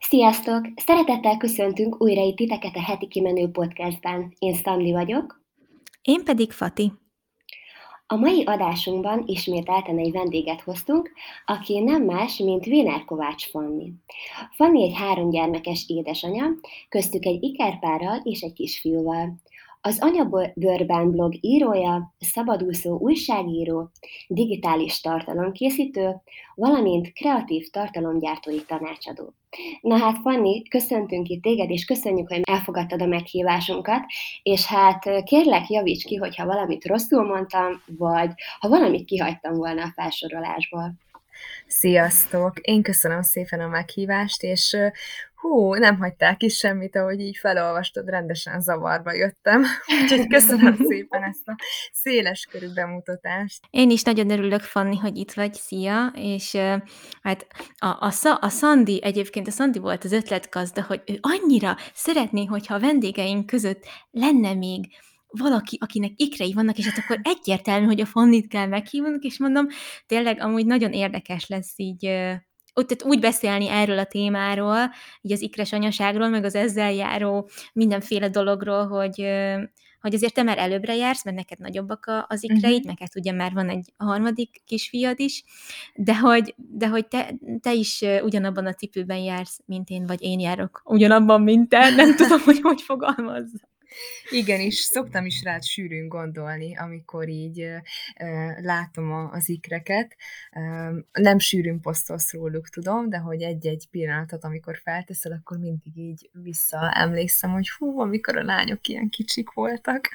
Sziasztok! Szeretettel köszöntünk újra itt titeket a Heti Kimenő Podcastben. Én Szandi vagyok. Én pedig Fati. A mai adásunkban ismételten egy vendéget hoztunk, aki nem más, mint Wiener Kovács Fanni. Fanni egy 3 gyermekes édesanya, köztük egy ikerpárral és egy kisfiúval. Az Anyabőrben blog írója, szabadúszó újságíró, digitális tartalomkészítő, valamint kreatív tartalomgyártói tanácsadó. Na hát Fanni, köszöntünk itt téged, és köszönjük, hogy elfogadtad a meghívásunkat, és hát kérlek, javíts ki, hogyha valamit rosszul mondtam, vagy ha valamit kihagytam volna a felsorolásból. Sziasztok! Én köszönöm szépen a meghívást, és nem hagytál ki semmit, ahogy így felolvastad, rendesen zavarba jöttem. Úgyhogy köszönöm szépen ezt a széles körű bemutatást. Én is nagyon örülök, Fanni, hogy itt vagy, szia, és hát a Szandi, egyébként a Szandi volt az ötletgazda, hogy ő annyira szeretné, hogyha a vendégeink között lenne még valaki, akinek ikrei vannak, és hát akkor egyértelmű, hogy a Fannit kell meghívnunk, és mondom, tényleg amúgy nagyon érdekes lesz így úgy beszélni erről a témáról, így az ikres anyaságról, meg az ezzel járó mindenféle dologról, hogy azért te már előbbre jársz, mert neked nagyobbak az ikreid, meg hát ugye már van egy harmadik kisfiad is, de hogy te is ugyanabban a cipőben jársz, mint én, vagy én járok ugyanabban, mint te, nem tudom, hogy fogalmazza. Igen, szoktam is rád sűrűn gondolni, amikor így látom az ikreket. Nem sűrűn posztolsz róluk, tudom, de hogy egy-egy pillanatot, amikor felteszel, akkor mindig így visszaemlékszem, hogy amikor a lányok ilyen kicsik voltak.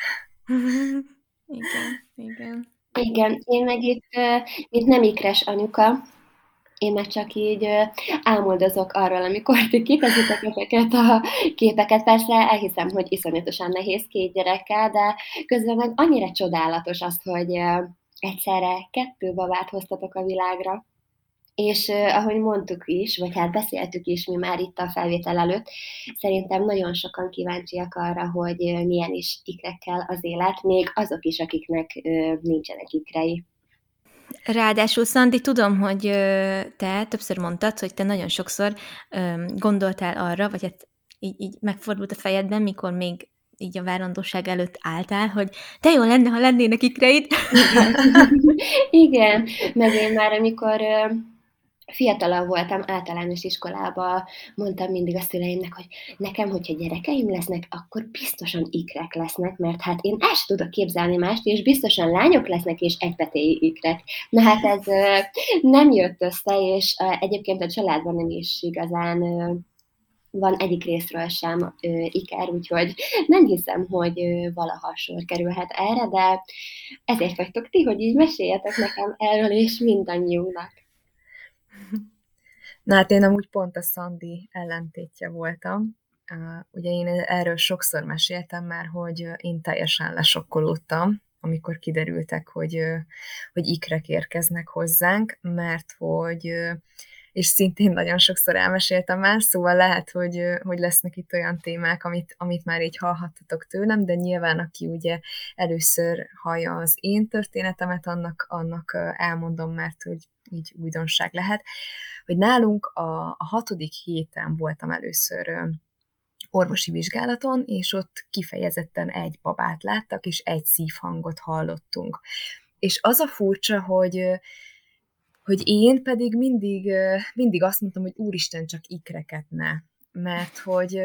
Igen. Igen, én meg itt, mint nem ikres anyuka, én meg csak így álmodozok arról, amikor ti kitezitek ezeket a képeket. Persze elhiszem, hogy iszonyatosan nehéz 2 gyerekkel, de közben meg annyira csodálatos az, hogy egyszerre 2 babát hoztatok a világra. És ahogy mondtuk is, vagy hát beszéltük is mi már itt a felvétel előtt, szerintem nagyon sokan kíváncsiak arra, hogy milyen is ikrekkel az élet, még azok is, akiknek nincsenek ikrei. Ráadásul, Szandi, tudom, hogy te többször mondtad, hogy te nagyon sokszor gondoltál arra, vagy hát így megfordult a fejedben, mikor még így a várandóság előtt álltál, hogy de jó lenne, ha lennének ikreid. Igen, meg én már amikor fiatalabb voltam, általános iskolában mondtam mindig a szüleimnek, hogy nekem, hogyha gyerekeim lesznek, akkor biztosan ikrek lesznek, mert hát én el sem tudok képzelni mást, és biztosan lányok lesznek, és egypetéi ikrek. Na hát ez nem jött össze, és egyébként a családban nem is igazán van egyik részről sem iker, úgyhogy nem hiszem, hogy valaha sor kerülhet erre, de ezért vagytok ti, hogy így meséljetek nekem erről, és mindannyiunknak. Na hát én amúgy pont a Szandi ellentétje voltam. Ugye én erről sokszor meséltem már, hogy én teljesen lesokkolódtam, amikor kiderültek, hogy ikrek érkeznek hozzánk, mert hogy, és szintén nagyon sokszor elmeséltem már, szóval lehet, hogy lesznek itt olyan témák, amit már így hallhattatok tőlem, de nyilván aki ugye először hallja az én történetemet, annak elmondom, mert hogy így újdonság lehet, hogy nálunk a 6. héten voltam először orvosi vizsgálaton, és ott kifejezetten egy babát láttak, és egy szívhangot hallottunk. És az a furcsa, hogy én pedig mindig azt mondtam, hogy úristen, csak ikreket ne. Mert hogy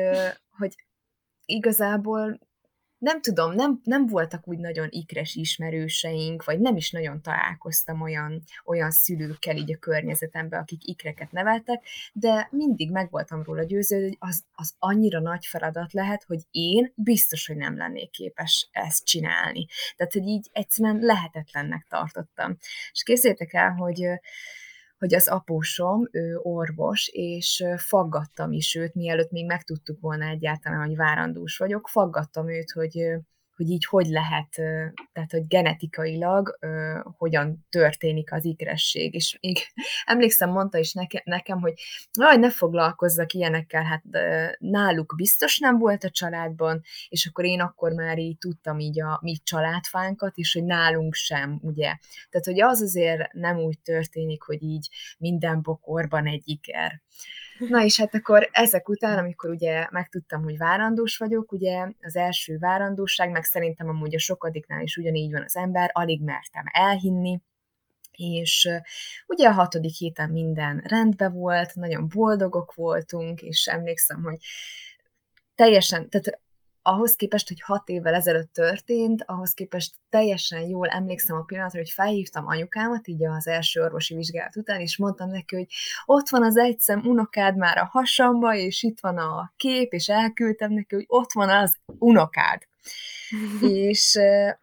igazából nem tudom, nem voltak úgy nagyon ikres ismerőseink, vagy nem is nagyon találkoztam olyan szülőkkel így a környezetemben, akik ikreket neveltek, de mindig meg voltam róla győződve, hogy az annyira nagy feladat lehet, hogy én biztos, hogy nem lennék képes ezt csinálni. Tehát, hogy így egyszerűen lehetetlennek tartottam. És képzeljétek el, hogy az apósom, ő orvos, és faggattam is őt, mielőtt még megtudtuk volna egyáltalán, hogy várandós vagyok, faggattam őt, hogy így hogy lehet, tehát hogy genetikailag hogyan történik az ikresség. És még emlékszem, mondta is nekem, hogy ne foglalkozzak ilyenekkel, hát náluk biztos nem volt a családban, és akkor én akkor már így tudtam így a mi családfánkat, és hogy nálunk sem, ugye. Tehát, hogy az azért nem úgy történik, hogy így minden bokorban egy iker. Na és hát akkor ezek után, amikor ugye megtudtam, hogy várandós vagyok, ugye az első várandóság, meg szerintem amúgy a sokadiknál is ugyanígy van az ember, alig mertem elhinni, és ugye a 6. héten minden rendben volt, nagyon boldogok voltunk, és emlékszem, hogy teljesen, tehát ahhoz képest, hogy 6 évvel ezelőtt történt, ahhoz képest teljesen jól emlékszem a pillanatra, hogy felhívtam anyukámat így az első orvosi vizsgálat után, és mondtam neki, hogy ott van az egyszem unokád már a hasamba, és itt van a kép, és elküldtem neki, hogy ott van az unokád. És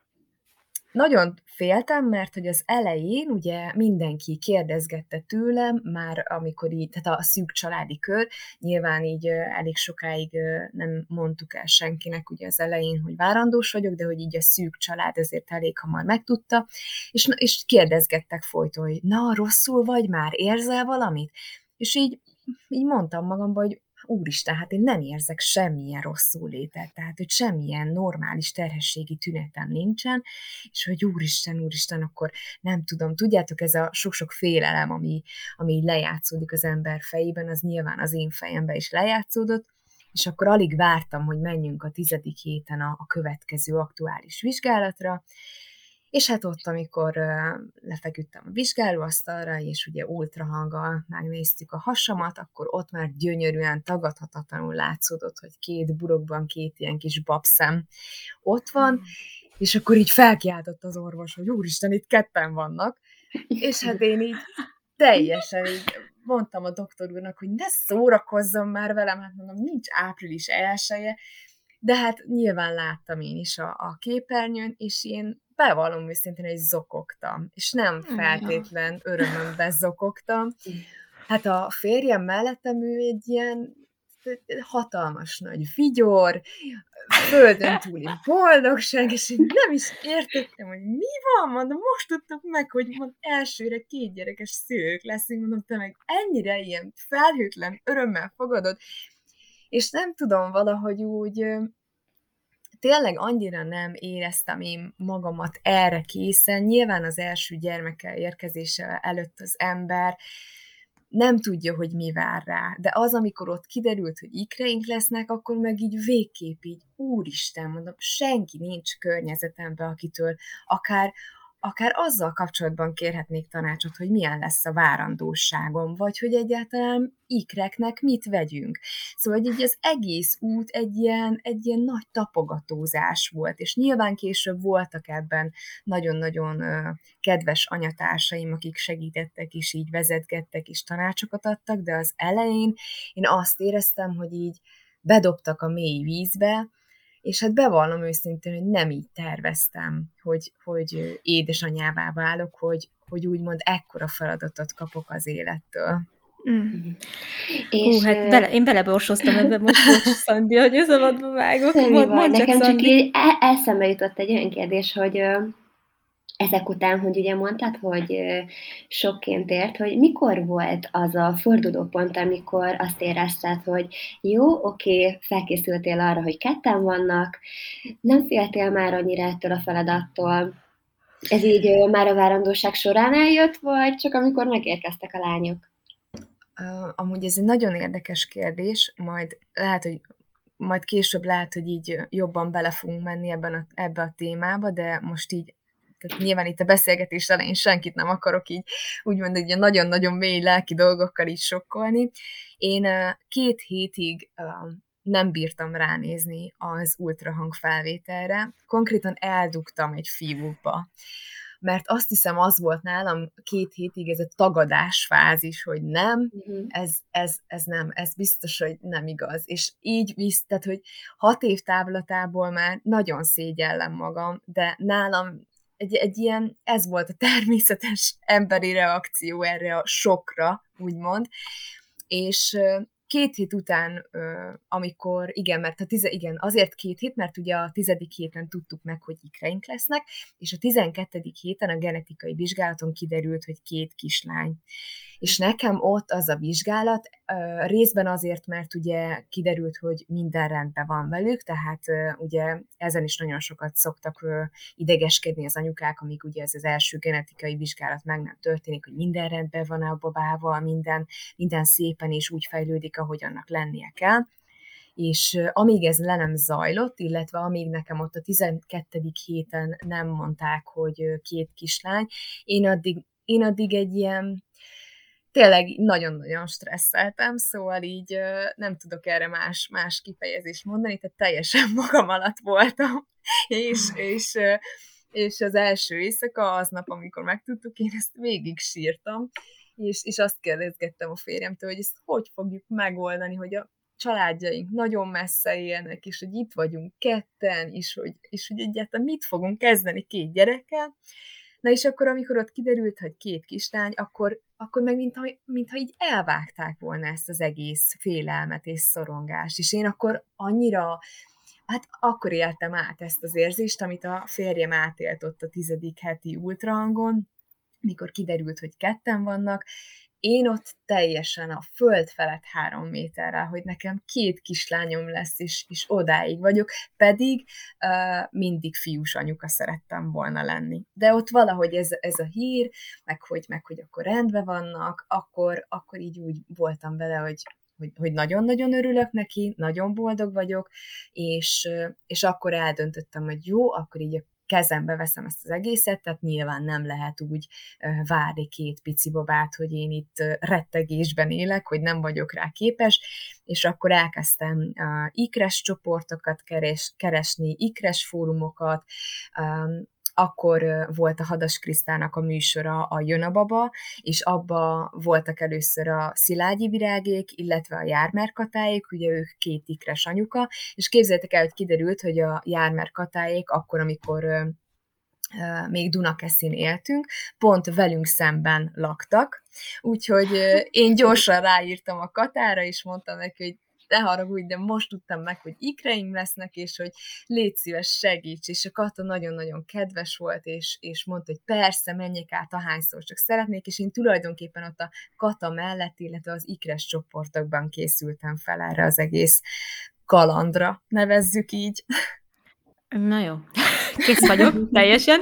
nagyon féltem, mert hogy az elején ugye mindenki kérdezgette tőlem, már amikor így, tehát a szűk családi kör, nyilván így elég sokáig nem mondtuk el senkinek ugye az elején, hogy várandós vagyok, de hogy így a szűk család ezért elég hamar megtudta, és kérdezgettek folyton, hogy na, rosszul vagy már, érzel valamit? És így mondtam magamban, hogy úristen, hát én nem érzek semmilyen rosszul létet, tehát, hogy semmilyen normális terhességi tünetem nincsen, és hogy úristen, akkor nem tudom, tudjátok, ez a sok-sok félelem, ami lejátszódik az ember fejében, az nyilván az én fejemben is lejátszódott, és akkor alig vártam, hogy menjünk a 10. héten a következő aktuális vizsgálatra, és hát ott, amikor lefeküdtem a vizsgálóasztalra, és ugye ultrahanggal megnéztük a hasamat, akkor ott már gyönyörűen, tagadhatatlanul látszódott, hogy 2 burokban 2 ilyen kis babszem ott van, és akkor így felkiáltott az orvos, hogy úristen, itt 2 vannak, és hát én így teljesen így mondtam a doktor úrnak, hogy ne szórakozzon már velem, hát mondom, nincs április 1-e, de hát nyilván láttam én is a képernyőn, és én bevallom őszintén, hogy zokogtam, és nem feltétlen örömömben zokogtam. Hát a férjem mellettem, ő egy ilyen hatalmas nagy vigyor, földön túli boldogság, és én nem is értettem, hogy mi van, mondom, most tudtam meg, hogy elsőre 2 gyerekes szülők leszünk, mondom, te meg ennyire ilyen felhőtlen örömmel fogadod, és nem tudom, valahogy úgy tényleg annyira nem éreztem én magamat erre készen. Nyilván az első gyermeke érkezése előtt az ember nem tudja, hogy mi vár rá, de az, amikor ott kiderült, hogy ikreink lesznek, akkor meg így végképp így, úristen, mondom, senki nincs környezetemben, akitől akár azzal kapcsolatban kérhetnék tanácsot, hogy milyen lesz a várandóságom, vagy hogy egyáltalán ikreknek mit vegyünk. Szóval így az egész út egy ilyen nagy tapogatózás volt, és nyilván később voltak ebben nagyon-nagyon kedves anyatársaim, akik segítettek, és így vezetgettek, és tanácsokat adtak, de az elején én azt éreztem, hogy így bedobtak a mély vízbe, és hát bevallom őszintén, hogy nem így terveztem, hogy édesanyává válok, hogy úgymond ekkora feladatot kapok az élettől. És hát én beleborsoztam ebbe most, Szandi, hogy szabadba vágok. Nekem csak így eszembe jutott egy olyan kérdés, hogy ezek után, hogy ugye mondtad, hogy sokként ért, hogy mikor volt az a fordulópont, amikor azt érezted, hogy jó, oké, felkészültél arra, hogy 2 vannak, nem féltél már annyira ettől a feladattól. Ez így már a várandóság során eljött, vagy csak amikor megérkeztek a lányok? Amúgy ez egy nagyon érdekes kérdés, majd később lehet, hogy így jobban bele fogunk menni ebbe a témába, de most így, tehát nyilván itt a beszélgetés elején senkit nem akarok így úgymond egy nagyon-nagyon mély lelki dolgokkal így sokkolni. Én 2 hétig nem bírtam ránézni az ultrahang felvételre, konkrétan eldugtam egy fívukba, mert azt hiszem az volt nálam 2 hétig ez a tagadás fázis, hogy nem, ez nem, ez biztos, hogy nem igaz. És így tehát, hogy 6 év távlatából már nagyon szégyellem magam, de nálam egy ilyen, ez volt a természetes emberi reakció erre a sokra, úgymond, és 2 hét után, amikor, mert azért 2 hét, mert ugye a 10. héten tudtuk meg, hogy ikreink lesznek, és a 12. héten a genetikai vizsgálaton kiderült, hogy 2 kislány. És nekem ott az a vizsgálat, részben azért, mert ugye kiderült, hogy minden rendben van velük, tehát ugye ezen is nagyon sokat szoktak idegeskedni az anyukák, amíg ugye ez az első genetikai vizsgálat meg nem történik, hogy minden rendben van a babával, minden szépen és úgy fejlődik, ahogy annak lennie kell. És amíg ez le nem zajlott, illetve amíg nekem ott a 12. héten nem mondták, hogy 2 kislány, én addig egy ilyen, tényleg nagyon-nagyon stresszeltem, szóval így nem tudok erre más kifejezést mondani, tehát teljesen magam alatt voltam, és az első éjszaka, aznap, amikor megtudtuk, én ezt végig sírtam, és azt kérdezgettem a férjemtől, hogy ezt hogy fogjuk megoldani, hogy a családjaink nagyon messze élnek, és hogy itt vagyunk ketten, és hogy egyáltalán mit fogunk kezdeni 2 gyerekkel. Na és akkor, amikor ott kiderült, hogy 2 kislány, akkor meg mintha így elvágták volna ezt az egész félelmet és szorongást. És én akkor annyira, hát akkor éltem át ezt az érzést, amit a férjem átélt ott a 10. heti ultrahangon, mikor kiderült, hogy 2 vannak, én ott teljesen a föld felett 3 méterrel, hogy nekem 2 kislányom lesz, és odáig vagyok, pedig mindig fiús anyuka szerettem volna lenni. De ott valahogy ez a hír, meg hogy akkor rendben vannak, akkor így úgy voltam vele, hogy nagyon-nagyon örülök neki, nagyon boldog vagyok, és akkor eldöntöttem, hogy jó, akkor így a kezembe veszem ezt az egészet, tehát nyilván nem lehet úgy várni 2 pici babát, hogy én itt rettegésben élek, hogy nem vagyok rá képes, és akkor elkezdtem ikres csoportokat keresni, ikres fórumokat, akkor volt a Hadas Krisztának a műsora, a Jön a baba, és abba voltak először a Szilágyi Virágék, illetve a Jármer Katáék, ugye ők 2 ikres anyuka, és képzeljétek el, hogy kiderült, hogy a Jármer Katáék akkor, amikor még Dunakeszin éltünk, pont velünk szemben laktak, úgyhogy én gyorsan ráírtam a Katára, és mondtam neki, hogy ne haragudj, de most tudtam meg, hogy ikreim lesznek, és hogy légy szíves, segíts, és a Kata nagyon-nagyon kedves volt, és mondta, hogy persze, menjek át, ahányszor csak szeretnék, és én tulajdonképpen ott a Kata mellett, illetve az ikres csoportokban készültem fel erre az egész kalandra, nevezzük így. Na jó, kész vagyok, teljesen.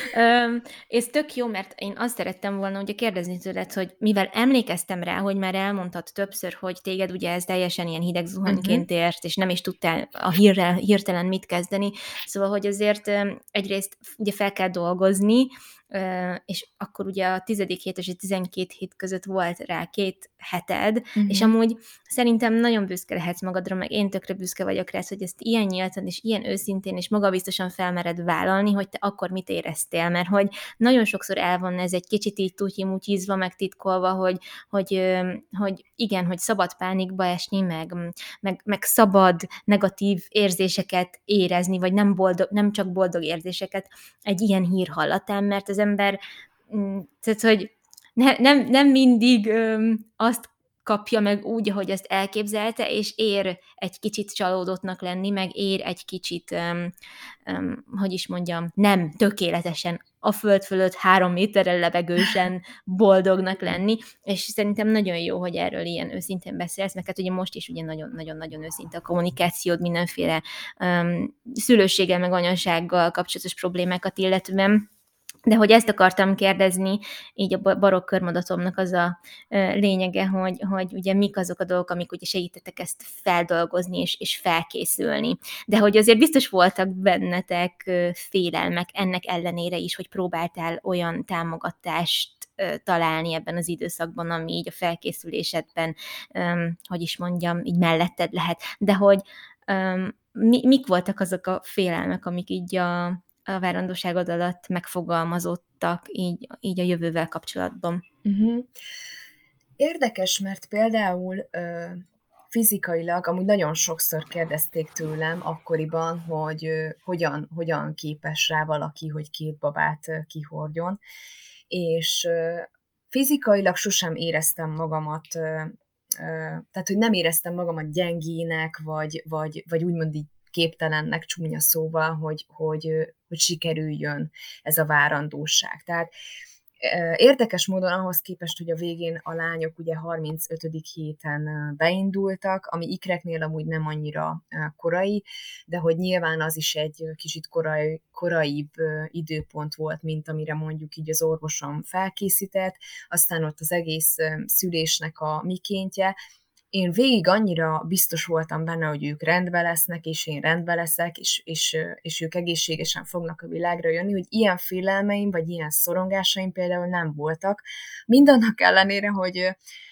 Ez tök jó, mert én azt szerettem volna ugye kérdezni tőled, hogy mivel emlékeztem rá, hogy már elmondtad többször, hogy téged ugye ez teljesen ilyen hideg zuhanyként ért, és nem is tudtál a hírrel hirtelen mit kezdeni, szóval, hogy azért egyrészt ugye fel kell dolgozni, és akkor ugye a 10. hét és a 12 hét között volt rá 2 heted, és amúgy szerintem nagyon büszke lehetsz magadra, meg én tökre büszke vagyok rá, hogy ezt ilyen nyíltan és ilyen őszintén és magabiztosan felmered vállalni, hogy te akkor mit éreztél, mert hogy nagyon sokszor el van ez egy kicsit így tutyi-mutyizva, meg titkolva, hogy igen, hogy szabad pánikba esni, meg szabad negatív érzéseket érezni, vagy nem csak boldog érzéseket egy ilyen hír hallatán, mert az ember, tehát, hogy nem mindig azt kapja meg úgy, ahogy ezt elképzelte, és ér egy kicsit csalódottnak lenni, meg ér egy kicsit, hogy is mondjam, nem tökéletesen a föld fölött 3 méterrel levegősen boldognak lenni, és szerintem nagyon jó, hogy erről ilyen őszintén beszélsz, mert hát ugye most is ugye nagyon-nagyon őszinte a kommunikációd mindenféle szülőséggel, meg anyasággal kapcsolatos problémákat illetően. De hogy ezt akartam kérdezni, így a barokk körmondatomnak az a lényege, hogy ugye mik azok a dolgok, amik ugye segítettek ezt feldolgozni és felkészülni. De hogy azért biztos voltak bennetek félelmek ennek ellenére is, hogy próbáltál olyan támogatást találni ebben az időszakban, ami így a felkészülésedben, hogy is mondjam, így melletted lehet. De hogy mik voltak azok a félelmek, amik így a várandóságod alatt megfogalmazottak így a jövővel kapcsolatban? Érdekes, mert például fizikailag, amúgy nagyon sokszor kérdezték tőlem akkoriban, hogy hogyan képes rá valaki, hogy 2 babát kihordjon, és fizikailag sosem éreztem magamat, tehát, hogy nem éreztem magamat gyengének, vagy úgymond így képtelennek, csúnya szóval, hogy sikerüljön ez a várandóság. Tehát Érdekes módon ahhoz képest, hogy a végén a lányok ugye 35. héten beindultak, ami ikreknél amúgy nem annyira korai, de hogy nyilván az is egy kicsit koraibb időpont volt, mint amire mondjuk így az orvosom felkészített, aztán ott az egész szülésnek a mikéntje. Én végig annyira biztos voltam benne, hogy ők rendben lesznek, és én rendben leszek, és ők egészségesen fognak a világra jönni, hogy ilyen félelmeim, vagy ilyen szorongásaim például nem voltak. Mindannak ellenére, hogy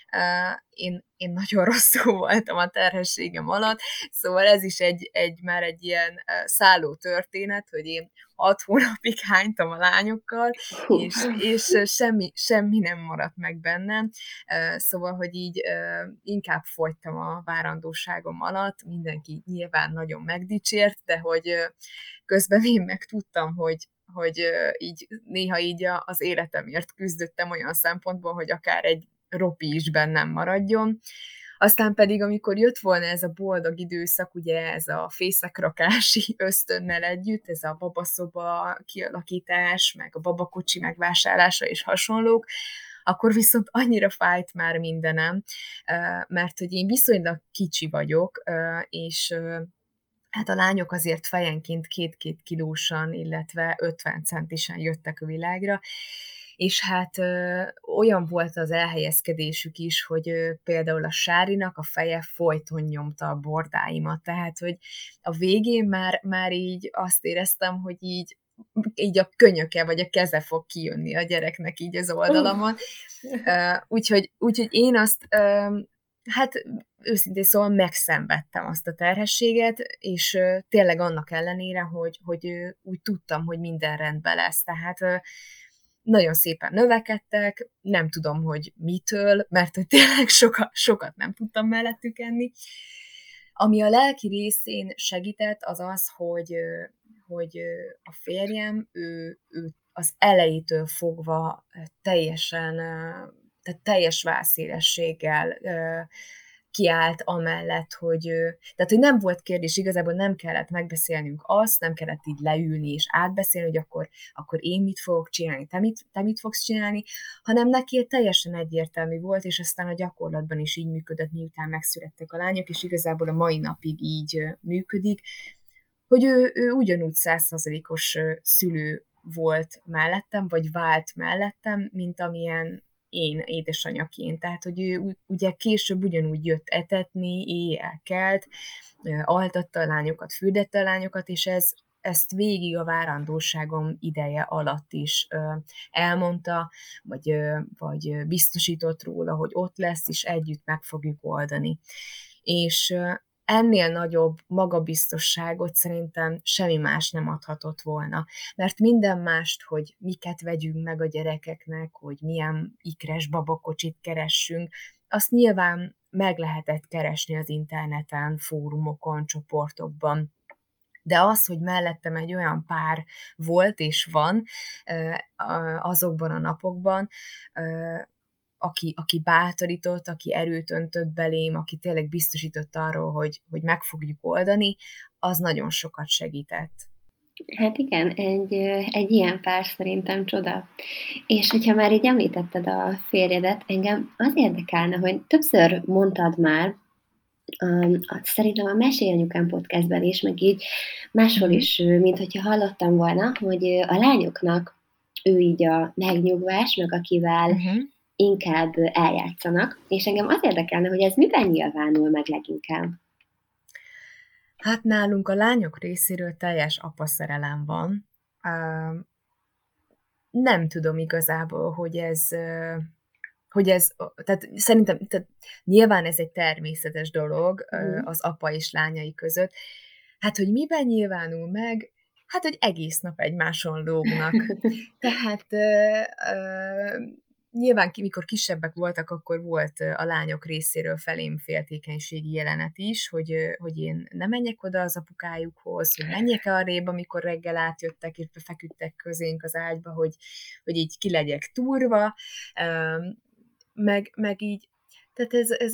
én nagyon rosszul voltam a terhességem alatt, szóval ez is már egy ilyen szálló történet, hogy én 6 hónapig hánytam a lányokkal, és semmi nem maradt meg bennem, szóval, hogy így inkább fogytam a várandóságom alatt, mindenki nyilván nagyon megdicsért, de hogy közben én meg tudtam, hogy így néha így az életemért küzdöttem olyan szempontból, hogy akár egy ropi is bennem maradjon. Aztán pedig, amikor jött volna ez a boldog időszak, ugye ez a fészekrakási ösztönnel együtt, ez a babaszoba kialakítás, meg a babakocsi megvásárlása és hasonlók, akkor viszont annyira fájt már mindenem, mert hogy én viszonylag kicsi vagyok, és hát a lányok azért fejenként 2-2 kilósan, illetve 50 centisen jöttek a világra, és hát olyan volt az elhelyezkedésük is, hogy például a Sárinak a feje folyton nyomta a bordáimat, tehát hogy a végén már így azt éreztem, hogy így a könyöke vagy a keze fog kijönni a gyereknek így az oldalamon. Úgyhogy én azt hát őszintén szóval megszenvedtem azt a terhességet, és tényleg annak ellenére, hogy úgy tudtam, hogy minden rendben lesz. Tehát nagyon szépen növekedtek, nem tudom, hogy mitől, mert hogy tényleg sokat nem tudtam mellettük enni. Ami a lelki részén segített, az az, hogy a férjem, ő az elejétől fogva tehát teljes válszélességgel kiállt amellett, tehát, hogy nem volt kérdés, igazából nem kellett megbeszélnünk azt, nem kellett így leülni és átbeszélni, hogy akkor én mit fogok csinálni, te mit fogsz csinálni, hanem neki teljesen egyértelmű volt, és aztán a gyakorlatban is így működött, miután megszülettek a lányok, és igazából a mai napig így működik, hogy ő ugyanúgy 100%-os szülő volt mellettem, vagy vált mellettem, mint amilyen én édesanyaként. Tehát, hogy ő ugye később ugyanúgy jött etetni, éjjel kelt, altatta a lányokat, fürdette a lányokat, és ezt végig a várandóságom ideje alatt is elmondta, vagy biztosított róla, hogy ott lesz, és együtt meg fogjuk oldani. És ennél nagyobb magabiztosságot szerintem semmi más nem adhatott volna. Mert minden mást, hogy miket vegyünk meg a gyerekeknek, hogy milyen ikres babakocsit keressünk, azt nyilván meg lehetett keresni az interneten, fórumokon, csoportokban. De az, hogy mellettem egy olyan pár volt és van azokban a napokban, aki bátorított, aki erőt öntött belém, aki tényleg biztosított arról, hogy meg fogjuk oldani, az nagyon sokat segített. Hát igen, egy ilyen pár szerintem csoda. És hogyha már így említetted a férjedet, engem az érdekelne, hogy többször mondtad már, szerintem a Mesélj Anyukám podcastben is, meg így máshol is, mint hogyha hallottam volna, hogy a lányoknak ő így a megnyugvás, meg akivel inkább eljátszanak, és engem az érdekelne, hogy ez miben nyilvánul meg leginkább? Hát nálunk a lányok részéről teljes apaszerelem van. Nem tudom igazából, hogy ez, tehát szerintem, tehát nyilván ez egy természetes dolog az apa és lányai között. Hát, hogy miben nyilvánul meg? Hát, hogy egész nap egymáson lógnak. Tehát nyilván, mikor kisebbek voltak, akkor volt a lányok részéről felém féltékenységi jelenet is, hogy én ne menjek oda az apukájukhoz, hogy menjek arrébb, amikor reggel átjöttek, és befeküdtek közénk az ágyba, hogy így ki legyek túrva, meg így, tehát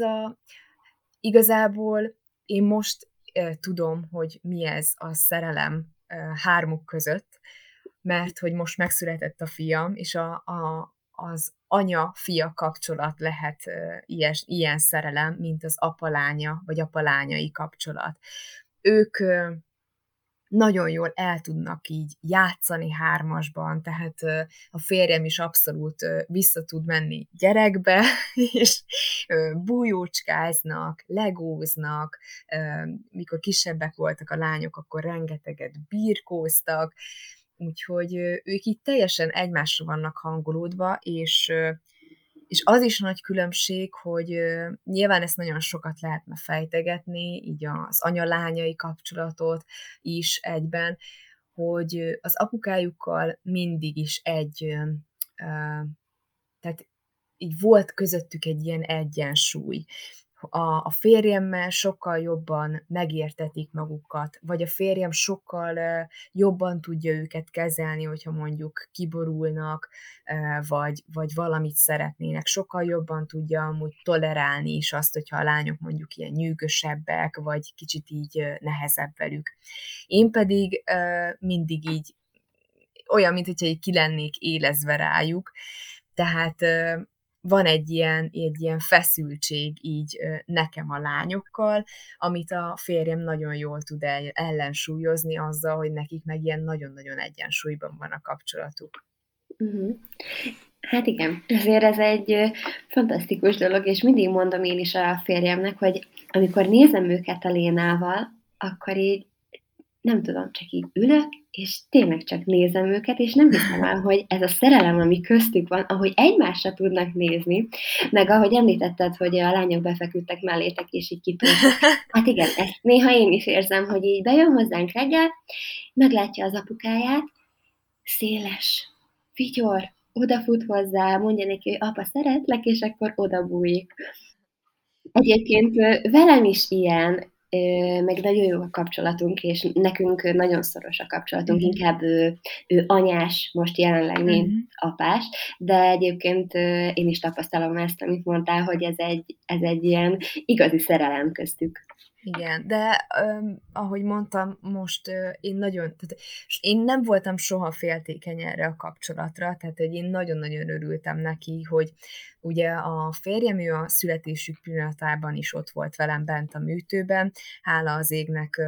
igazából én most tudom, hogy mi ez a szerelem hármuk között, mert hogy most megszületett a fiam, és az anya-fia kapcsolat lehet ilyen szerelem, mint az apa-lánya, vagy apa-lányai kapcsolat. Ők nagyon jól el tudnak így játszani hármasban, tehát a férjem is abszolút vissza tud menni gyerekbe, és bújócskáznak, legóznak, mikor kisebbek voltak a lányok, akkor rengeteget birkóztak, úgyhogy ők itt teljesen egymásra vannak hangolódva, és az is nagy különbség, hogy nyilván ezt nagyon sokat lehetne fejtegetni, így az anya-lányai kapcsolatot is egyben, hogy az apukájukkal mindig is tehát így volt közöttük egy ilyen egyensúly. A férjemmel sokkal jobban megértetik magukat, vagy a férjem sokkal jobban tudja őket kezelni, hogyha mondjuk kiborulnak, vagy valamit szeretnének. Sokkal jobban tudja amúgy tolerálni is azt, hogyha a lányok mondjuk ilyen nyűgösebbek, vagy kicsit így nehezebb velük. Én pedig mindig így olyan, mint hogyha így ki lennék élezve rájuk, tehát van egy ilyen feszültség így nekem a lányokkal, amit a férjem nagyon jól tud ellensúlyozni azzal, hogy nekik meg ilyen nagyon-nagyon egyensúlyban van a kapcsolatuk. Uh-huh. Hát igen, ezért ez egy fantasztikus dolog, és mindig mondom én is a férjemnek, hogy amikor nézem őket a Lénával, akkor így nem tudom, csak így ülök, és tényleg csak nézem őket, és nem hiszem el, hogy ez a szerelem, ami köztük van, ahogy egymásra tudnak nézni, meg ahogy említetted, hogy a lányok befeküdtek mellétek, és így kitöltök. Hát igen, ezt néha én is érzem, hogy így bejön hozzánk reggel, meglátja az apukáját, széles, vigyor, odafut hozzá, mondja neki, hogy apa, szeretlek, és akkor odabújik. Egyébként velem is ilyen, meg nagyon jó a kapcsolatunk, és nekünk nagyon szoros a kapcsolatunk, inkább ő anyás, most jelenleg mint apás, de egyébként én is tapasztalom ezt, amit mondtál, hogy ez egy ilyen igazi szerelem köztük. Igen, de ahogy mondtam, most én nem voltam soha féltékeny erre a kapcsolatra, tehát hogy én nagyon-nagyon örültem neki, hogy ugye a férjem, ő a születésük pillanatában is ott volt velem bent a műtőben, hála az égnek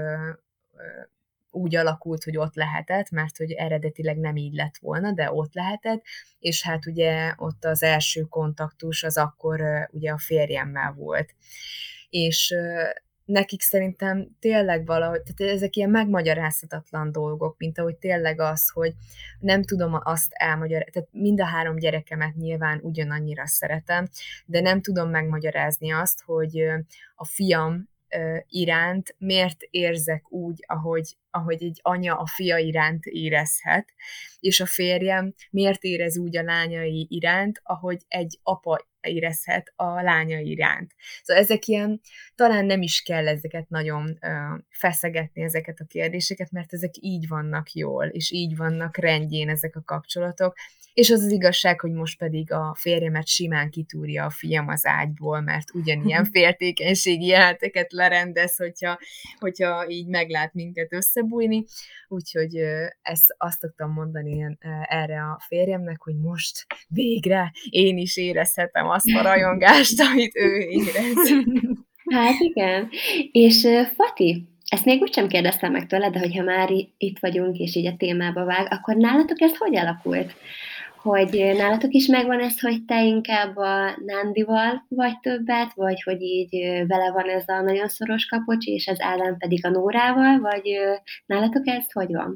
úgy alakult, hogy ott lehetett, mert hogy eredetileg nem így lett volna, de ott lehetett, és hát ugye ott az első kontaktus az akkor ugye a férjemmel volt. És nekik szerintem tényleg valahogy, tehát ezek ilyen megmagyarázhatatlan dolgok, mint ahogy tényleg az, hogy nem tudom azt elmagyarázni, tehát mind a 3 gyerekemet nyilván ugyanannyira szeretem, de nem tudom megmagyarázni azt, hogy a fiam iránt miért érzek úgy, ahogy egy anya a fia iránt érezhet, és a férjem miért érez úgy a lányai iránt, ahogy egy apa érezhet a lánya iránt. Szóval ezek ilyen, talán nem is kell ezeket nagyon feszegetni, ezeket a kérdéseket, mert ezek így vannak jól, és így vannak rendjén ezek a kapcsolatok, és az igazság, hogy most pedig a férjemet simán kitúrja a fiam az ágyból, mert ugyanilyen féltékenységi jeleneteket lerendez, hogyha így meglát minket összebújni, úgyhogy azt tudtam mondani erre a férjemnek, hogy most végre én is érezhetem azt a rajongást, amit ő érez. Hát igen. És Fati, ezt még úgysem kérdeztem meg tőled, de hogyha már itt vagyunk, és így a témába vág, akkor nálatok ez hogy alakult? Hogy nálatok is megvan ez, hogy te inkább a Nándival vagy többet, vagy hogy így vele van ez a nagyon szoros kapocs, és az Ádám pedig a Nórával, vagy nálatok ez hogy van?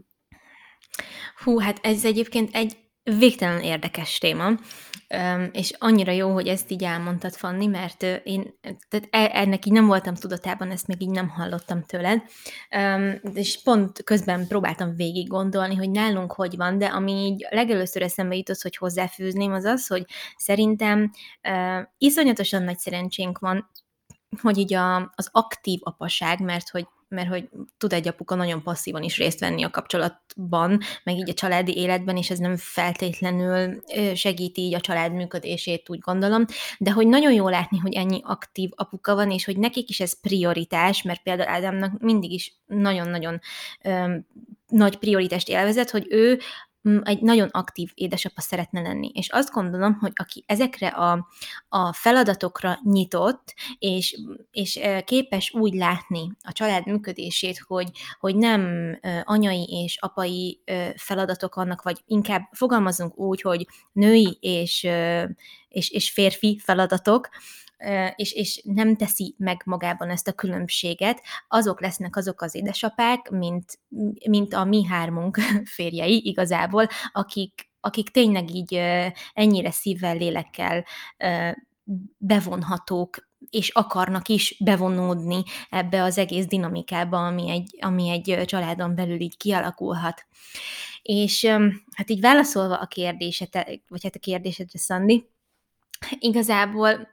Hú, hát ez egyébként egy végtelen érdekes téma, és annyira jó, hogy ezt így elmondtad, Fanni, mert tehát ennek így nem voltam tudatában, ezt még így nem hallottam tőled, és pont közben próbáltam végig gondolni, hogy nálunk hogy van, de ami így legelőször eszembe jutott, hogy hozzáfűzném, az az, hogy szerintem iszonyatosan nagy szerencsénk van, hogy így az aktív apaság, mert hogy tud egy apuka nagyon passzívan is részt venni a kapcsolatban, meg így a családi életben, és ez nem feltétlenül segíti így a család működését, úgy gondolom, de hogy nagyon jó látni, hogy ennyi aktív apuka van, és hogy nekik is ez prioritás, mert például Ádámnak mindig is nagyon-nagyon nagy prioritást élvezett, hogy ő egy nagyon aktív édesapa szeretne lenni. És azt gondolom, hogy aki ezekre a feladatokra nyitott, és képes úgy látni a család működését, hogy nem anyai és apai feladatok vannak, vagy inkább fogalmazunk úgy, hogy női és férfi feladatok, és nem teszi meg magában ezt a különbséget, azok lesznek azok az édesapák, mint a mi hármunk férjei igazából, akik tényleg így ennyire szívvel, lélekkel bevonhatók, és akarnak is bevonódni ebbe az egész dinamikába, ami egy családon belül így kialakulhat. És hát így válaszolva a kérdésedre, Szandi, igazából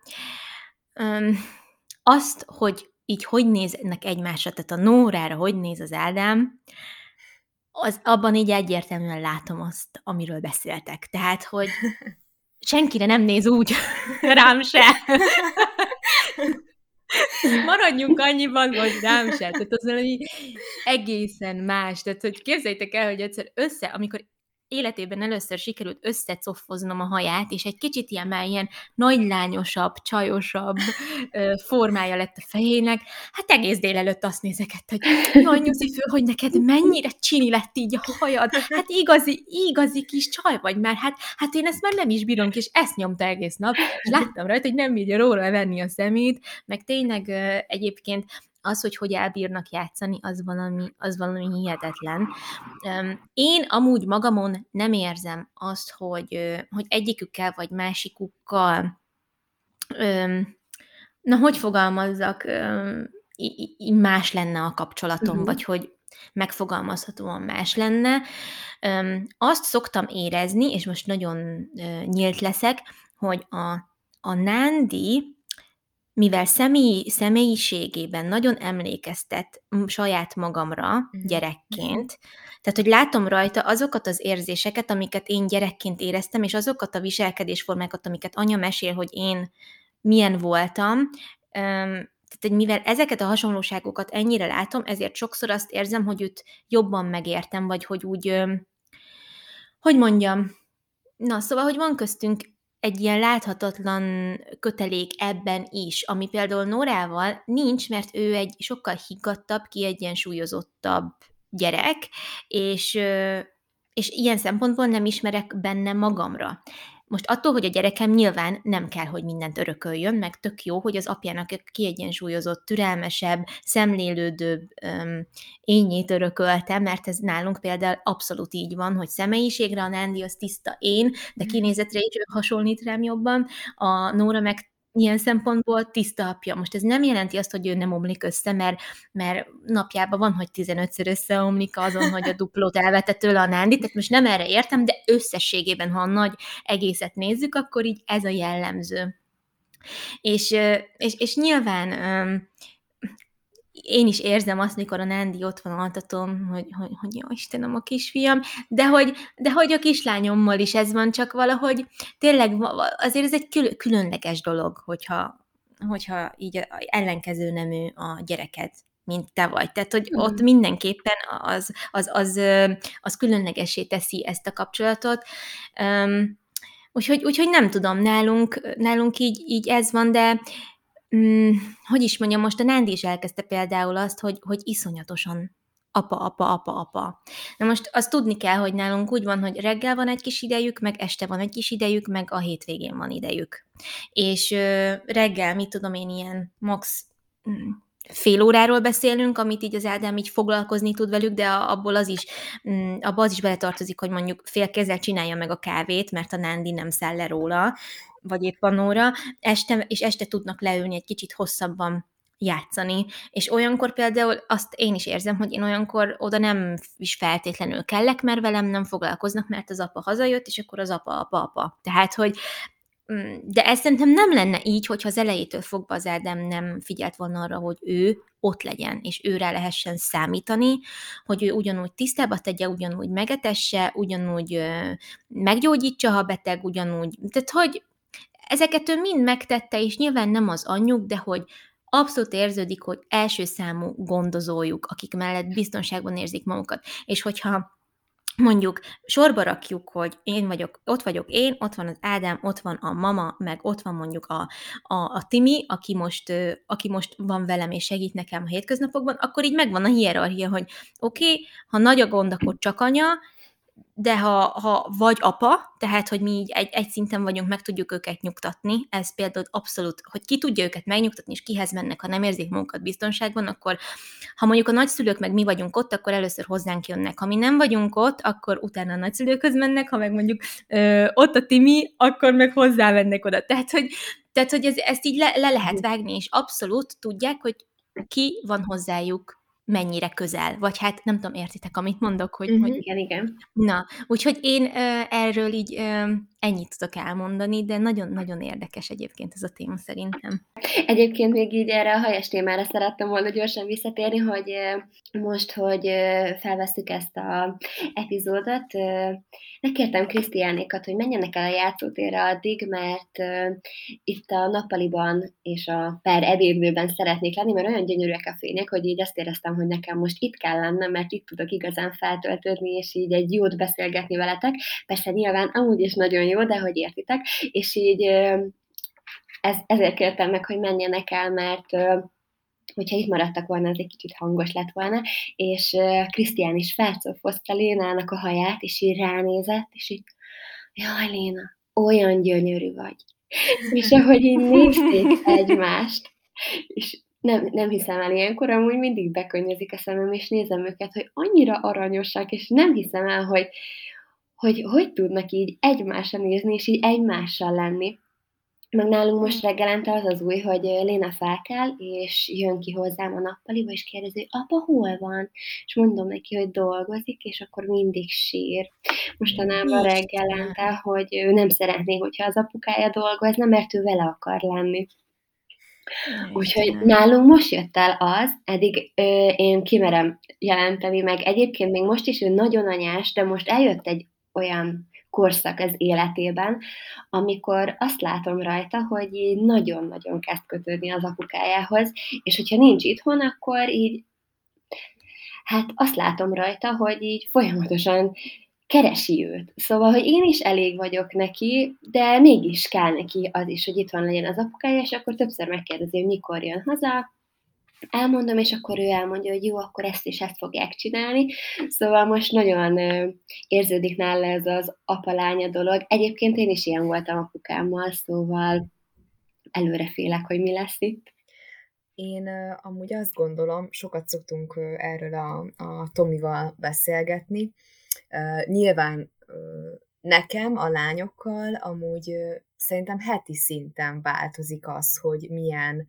azt, hogy így hogy néznek egymásra, tehát a Nórára hogy néz az Ádám, abban így egyértelműen látom azt, amiről beszéltek. Tehát, hogy senkire nem néz úgy, rám se. Maradjunk annyiban, hogy rám se. Tehát az valami egészen más. Tehát, hogy képzeljétek el, hogy egyszer amikor életében először sikerült összecofoznom a haját, és egy kicsit ilyen nagylányosabb, csajosabb formája lett a fejének, hát egész délelőtt azt nézegett, hogy jaj, nyuzi fő, hogy neked mennyire csini lett így a hajad, hát igazi kis csaj vagy már, hát én ezt már nem is bírom, és ezt nyomta egész nap, és láttam rajta, hogy nem bírja róla venni a szemét, meg tényleg egyébként az, hogy elbírnak játszani, az valami hihetetlen. Én amúgy magamon nem érzem azt, hogy egyikükkel vagy másikukkal, hogy fogalmazzak, más lenne a kapcsolatom, vagy hogy megfogalmazhatóan más lenne. Azt szoktam érezni, és most nagyon nyílt leszek, hogy a Nándi, mivel személyiségében nagyon emlékeztet saját magamra gyerekként, tehát, hogy látom rajta azokat az érzéseket, amiket én gyerekként éreztem, és azokat a viselkedésformákat, amiket anya mesél, hogy én milyen voltam, tehát, hogy mivel ezeket a hasonlóságokat ennyire látom, ezért sokszor azt érzem, hogy őt jobban megértem, vagy hogy úgy, hogy mondjam, szóval, hogy van köztünk egy ilyen láthatatlan kötelék ebben is, ami például Nórával nincs, mert ő egy sokkal higgadtabb, kiegyensúlyozottabb gyerek, és ilyen szempontból nem ismerek benne magamra. Most attól, hogy a gyerekem nyilván nem kell, hogy mindent örököljön, meg tök jó, hogy az apjának kiegyensúlyozott, türelmesebb, szemlélődőbb énjét örökölte, mert ez nálunk például abszolút így van, hogy személyiségre a Nándi az tiszta én, de kinézetre is hasonlít rám jobban, a Nóra meg ilyen szempontból tiszta apja. Most ez nem jelenti azt, hogy ő nem omlik össze, mert napjában van, hogy 15-ször összeomlik azon, hogy a duplót elvette tőle a Nándi, tehát most nem erre értem, de összességében, ha a nagy egészet nézzük, akkor így ez a jellemző. És nyilván én is érzem azt, mikor a Nándi ott van altatom, hogy jó Istenem, a kisfiam, de hogy a kislányommal is ez van, csak valahogy tényleg azért ez egy különleges dolog, hogyha így ellenkező nemű a gyereked, mint te vagy. Tehát, hogy ott mindenképpen az különlegessé teszi ezt a kapcsolatot. Úgyhogy nem tudom, nálunk így ez van, de hogy is mondjam, most a Nándi is elkezdte például azt, hogy iszonyatosan apa. Na most azt tudni kell, hogy nálunk úgy van, hogy reggel van egy kis idejük, meg este van egy kis idejük, meg a hétvégén van idejük. És reggel, mit tudom én, ilyen max fél óráról beszélünk, amit így az Ádám így foglalkozni tud velük, de abba az is beletartozik, hogy mondjuk fél kézzel csinálja meg a kávét, mert a Nándi nem száll le róla, vagy épp a Nóra, este tudnak leülni egy kicsit hosszabban játszani, és olyankor például azt én is érzem, hogy én olyankor oda nem is feltétlenül kellek, mert velem nem foglalkoznak, mert az apa hazajött, és akkor az apa. Tehát, hogy de ez szerintem nem lenne így, hogyha az elejétől fogva az Ádám nem figyelt volna arra, hogy ő ott legyen, és őre lehessen számítani, hogy ő ugyanúgy tisztába tegye, ugyanúgy megetesse, ugyanúgy meggyógyítsa, ha beteg, ugyanúgy. Tehát, hogy ezeket ő mind megtette, és nyilván nem az anyjuk, de hogy abszolút érződik, hogy első számú gondozójuk, akik mellett biztonságban érzik magukat. És hogyha mondjuk sorba rakjuk, hogy ott vagyok én, ott van az Ádám, ott van a mama, meg ott van mondjuk a Timi, aki most van velem és segít nekem a hétköznapokban, akkor így megvan a hierarchia, hogy oké, ha nagy a gond, akkor csak anya, de ha vagy apa, tehát, hogy mi így egy szinten vagyunk, meg tudjuk őket nyugtatni, ez például abszolút, hogy ki tudja őket megnyugtatni, és kihez mennek, ha nem érzik magukat biztonságban, akkor ha mondjuk a nagyszülők meg mi vagyunk ott, akkor először hozzánk jönnek. Ha mi nem vagyunk ott, akkor utána a nagyszülőkhöz mennek, ha meg mondjuk ott a Timi, akkor meg hozzá mennek oda. Tehát, hogy ezt így le lehet vágni, és abszolút tudják, hogy ki van hozzájuk mennyire közel. Vagy hát nem tudom, értitek, amit mondok, hogy Igen. na, úgyhogy én erről így ennyit tudok elmondani, de nagyon-nagyon érdekes egyébként ez a téma szerintem. Egyébként még így erre a hajas témára szerettem volna gyorsan visszatérni, hogy most, hogy felvesszük ezt a epizódot, megkértem Krisztiánékat, hogy menjenek el a játszótérre addig, mert itt a nappaliban és a per ebédlőben szeretnék lenni, mert olyan gyönyörűek a fények, hogy így azt éreztem, hogy nekem most itt kell lennem, mert itt tudok igazán feltöltődni, és így egy jót beszélgetni veletek. Persze nyilván amúgy is nagyon jó, de hogy értitek, és így ezért kértem meg, hogy menjenek el, mert hogyha itt maradtak volna, az egy kicsit hangos lett volna, és Krisztián is felcofozta Lénának a haját, és így ránézett, és így, jaj, Léna, olyan gyönyörű vagy. És ahogy így nézték egymást, és nem hiszem el, ilyenkor amúgy mindig bekönnyözik a szemem, és nézem őket, hogy annyira aranyosak, és nem hiszem el, hogy tudnak így egymásra nézni, és így egymással lenni. Meg nálunk most reggelente az az új, hogy Léna felkel, és jön ki hozzám a nappaliba, és kérdezi, hogy apa, hol van? És mondom neki, hogy dolgozik, és akkor mindig sír. Mostanában reggelente, hogy ő nem szeretné, hogyha az apukája dolgozna, mert ő vele akar lenni. Úgyhogy nálunk most jött el az, eddig én kimerem jelenteni, meg egyébként még most is ő nagyon anyás, de most eljött egy olyan korszak az életében, amikor azt látom rajta, hogy így nagyon-nagyon kezd kötődni az apukájához, és hogyha nincs itthon, akkor így, hát azt látom rajta, hogy így folyamatosan keresi őt. Szóval, hogy én is elég vagyok neki, de mégis kell neki az is, hogy itthon legyen az apukája, és akkor többször megkérdezi, hogy mikor jön haza, elmondom, és akkor ő elmondja, hogy jó, akkor ezt is ezt fogják csinálni. Szóval most nagyon érződik nála ez az apa-lánya dolog. Egyébként én is ilyen voltam apukámmal, szóval előre félek, hogy mi lesz itt. Én amúgy azt gondolom, sokat szoktunk erről a Tomival beszélgetni. Nyilván nekem a lányokkal amúgy szerintem heti szinten változik az, hogy milyen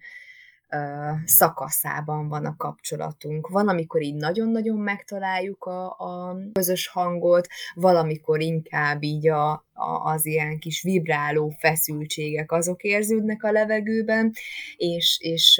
szakaszában van a kapcsolatunk. Van, amikor így nagyon-nagyon megtaláljuk a közös hangot, valamikor inkább így az ilyen kis vibráló feszültségek azok érződnek a levegőben, és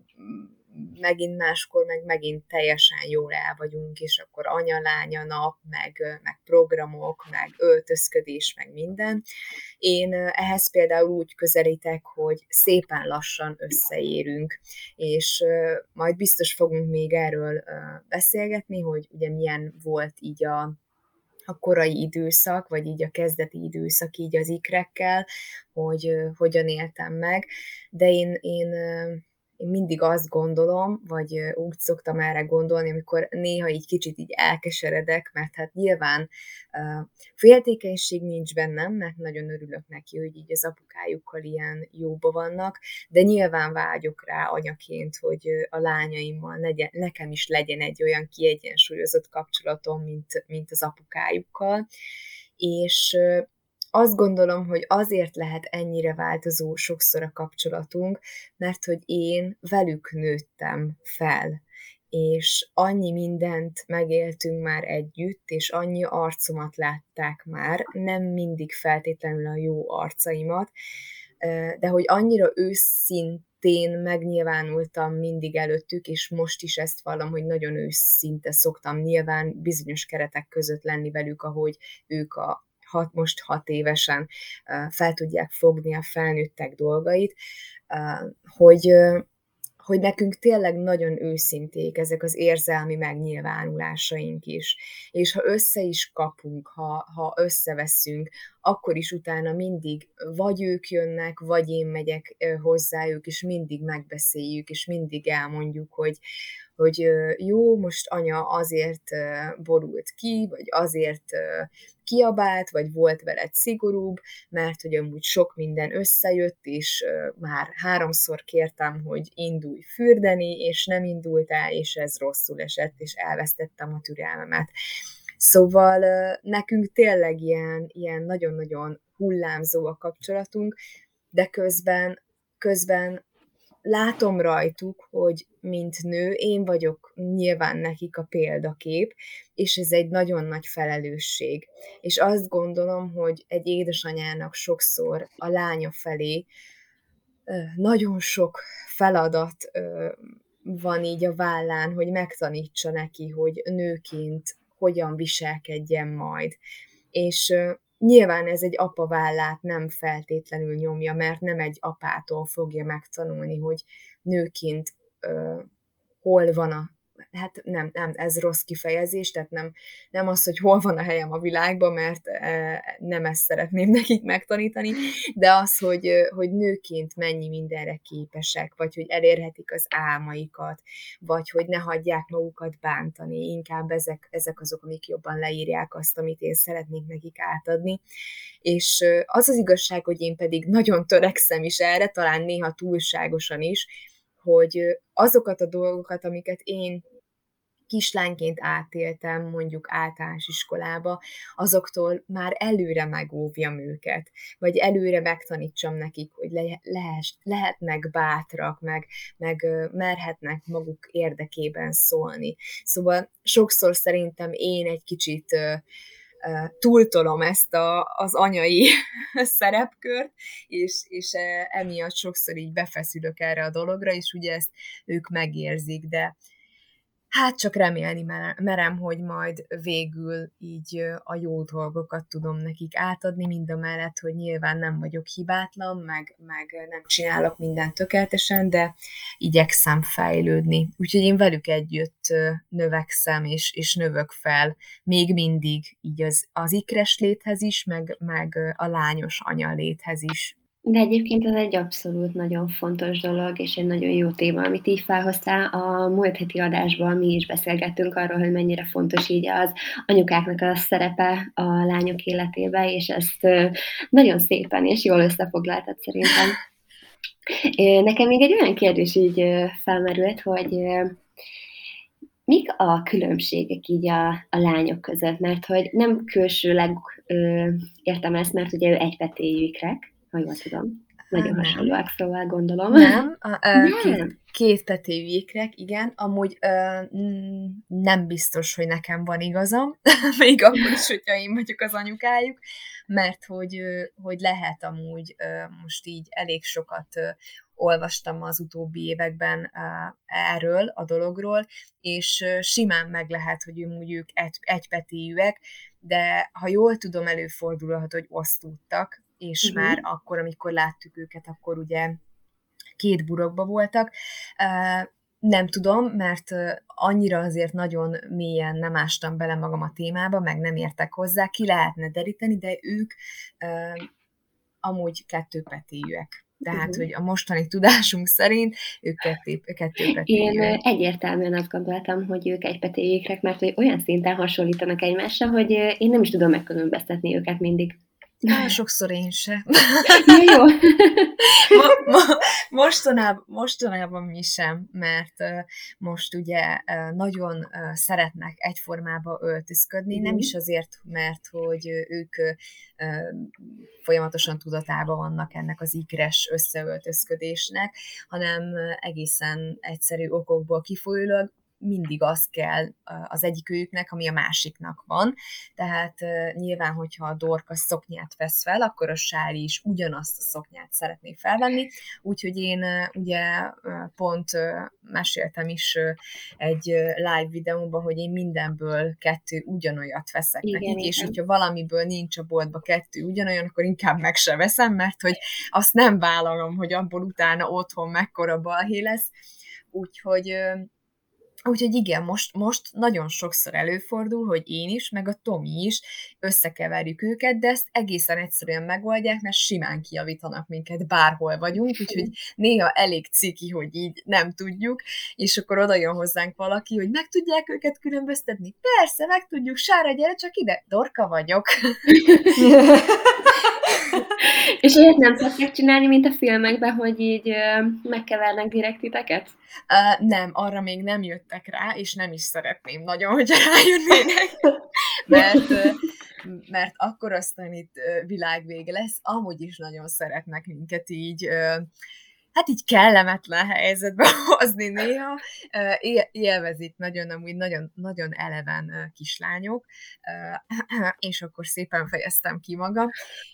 megint máskor megint teljesen jól el vagyunk, és akkor anya-lánya nap, meg programok, meg öltözködés, meg minden. Én ehhez például úgy közelítek, hogy szépen lassan összeérünk, és majd biztos fogunk még erről beszélgetni, hogy ugye milyen volt így a korai időszak, vagy így a kezdeti időszak így az ikrekkel, hogy hogyan éltem meg, de én mindig azt gondolom, vagy úgy szoktam erre gondolni, amikor néha így kicsit így elkeseredek, mert hát nyilván féltékenység nincs bennem, mert nagyon örülök neki, hogy így az apukájukkal ilyen jóba vannak, de nyilván vágyok rá anyaként, hogy a lányaimmal nekem is legyen egy olyan kiegyensúlyozott kapcsolatom, mint az apukájukkal, és azt gondolom, hogy azért lehet ennyire változó sokszor a kapcsolatunk, mert hogy én velük nőttem fel, és annyi mindent megéltünk már együtt, és annyi arcomat látták már, nem mindig feltétlenül a jó arcaimat, de hogy annyira őszintén megnyilvánultam mindig előttük, és most is ezt vallom, hogy nagyon őszinte szoktam nyilván bizonyos keretek között lenni velük, ahogy ők most 6 évesen fel tudják fogni a felnőttek dolgait, hogy nekünk tényleg nagyon őszinték ezek az érzelmi megnyilvánulásaink is. És ha össze is kapunk, ha összeveszünk, akkor is utána mindig vagy ők jönnek, vagy én megyek hozzájuk, és mindig megbeszéljük, és mindig elmondjuk, hogy jó, most anya azért borult ki, vagy azért kiabált, vagy volt veled szigorúbb, mert hogy amúgy sok minden összejött, és már 3-szor kértem, hogy indulj fürdeni, és nem indultál, és ez rosszul esett, és elvesztettem a türelmemet. Szóval nekünk tényleg ilyen nagyon-nagyon hullámzó a kapcsolatunk, de közben látom rajtuk, hogy mint nő, én vagyok nyilván nekik a példakép, és ez egy nagyon nagy felelősség. És azt gondolom, hogy egy édesanyának sokszor a lánya felé nagyon sok feladat van így a vállán, hogy megtanítsa neki, hogy nőként hogyan viselkedjen majd. És nyilván ez egy apa vállát nem feltétlenül nyomja, mert nem egy apától fogja megtanulni, hogy nőként hol van hát nem, ez rossz kifejezés, tehát nem az, hogy hol van a helyem a világban, mert nem ezt szeretném nekik megtanítani, de az, hogy nőként mennyi mindenre képesek, vagy hogy elérhetik az álmaikat, vagy hogy ne hagyják magukat bántani, inkább ezek azok, amik jobban leírják azt, amit én szeretnék nekik átadni. És az az igazság, hogy én pedig nagyon törekszem is erre, talán néha túlságosan is, hogy azokat a dolgokat, amiket én kislányként átéltem, mondjuk általános iskolába, azoktól már előre megóvjam őket, vagy előre megtanítsam nekik, hogy lehetnek bátrak, meg merhetnek maguk érdekében szólni. Szóval sokszor szerintem én egy kicsit túltolom ezt az anyai szerepkört, és emiatt sokszor így befeszülök erre a dologra, és ugye ezt ők megérzik, de hát csak remélni merem, hogy majd végül így a jó dolgokat tudom nekik átadni, mindamellett, hogy nyilván nem vagyok hibátlan, meg nem csinálok mindent tökéletesen, de igyekszem fejlődni. Úgyhogy én velük együtt növekszem, és növök fel még mindig így az ikres léthez is, meg a lányos anya léthez is. De egyébként ez egy abszolút nagyon fontos dolog, és egy nagyon jó téma, amit így felhoztál. A múlt heti adásban mi is beszélgettünk arról, hogy mennyire fontos így az anyukáknak a szerepe a lányok életébe, és ezt nagyon szépen és jól összefoglaltad szerintem. Nekem még egy olyan kérdés így felmerült, hogy mik a különbségek így a lányok között, mert hogy nem külsőleg értem ezt, mert ugye ő egypetéjű ikrek, ha jól tudom. Nagyon hasonlóak, szóval gondolom. Nem, kétpetéjű ikrek, igen. Amúgy nem biztos, hogy nekem van igazam, még akkor is, hogyha én vagyok az anyukájuk, mert hogy lehet amúgy most így elég sokat olvastam az utóbbi években erről a dologról, és simán meg lehet, hogy ők egypetéjűek, de ha jól tudom, előfordulhat, hogy osztódtak, és már akkor, amikor láttuk őket, akkor ugye 2 burokba voltak. Nem tudom, mert annyira azért nagyon mélyen nem ástam bele magam a témába, meg nem értek hozzá, ki lehetne deríteni, de ők amúgy 2-petéjűek. Tehát, hogy a mostani tudásunk szerint ők 2-petéjűek. Én egyértelműen azt gondoltam, hogy ők egypetéjűek, mert hogy olyan szinten hasonlítanak egymásra, hogy én nem is tudom megkülönböztetni őket mindig. Sokszor én se. Jó. Mostanában mi sem, mert most ugye nagyon szeretnek egyformába öltözködni, nem is azért, mert hogy ők folyamatosan tudatában vannak ennek az ikres összeöltözködésnek, hanem egészen egyszerű okokból kifolyólag mindig az kell az egyikőjüknek, ami a másiknak van. Tehát nyilván, hogyha a Dorka szoknyát vesz fel, akkor a Sári is ugyanazt a szoknyát szeretné felvenni. Úgyhogy én ugye pont meséltem is egy live videóban, hogy én mindenből 2 ugyanolyat veszek nekik, és hogyha valamiből nincs a boltban 2 ugyanolyan, akkor inkább meg se veszem, mert hogy azt nem vállalom, hogy abból utána otthon mekkora balhé lesz. úgyhogy igen, most nagyon sokszor előfordul, hogy én is, meg a Tomi is összekeverjük őket, de ezt egészen egyszerűen megoldják, mert simán kijavítanak minket, bárhol vagyunk, úgyhogy néha elég ciki, hogy így nem tudjuk, és akkor oda jön hozzánk valaki, hogy meg tudják őket különböztetni. Persze, meg tudjuk, Sára, gyere csak ide, Dorka vagyok. És ilyet nem szokták csinálni, mint a filmekben, hogy így megkevernek direkt titeket? Nem, arra még nem jöttek rá, és nem is szeretném nagyon, hogy rájönnének, mert akkor aztán itt világvége lesz. Amúgy is nagyon szeretnek minket így, hát így kellemetlen helyzetbe hozni néha. Élvezik nagyon, amúgy nagyon, nagyon eleven kislányok, és akkor szépen fejeztem ki magam.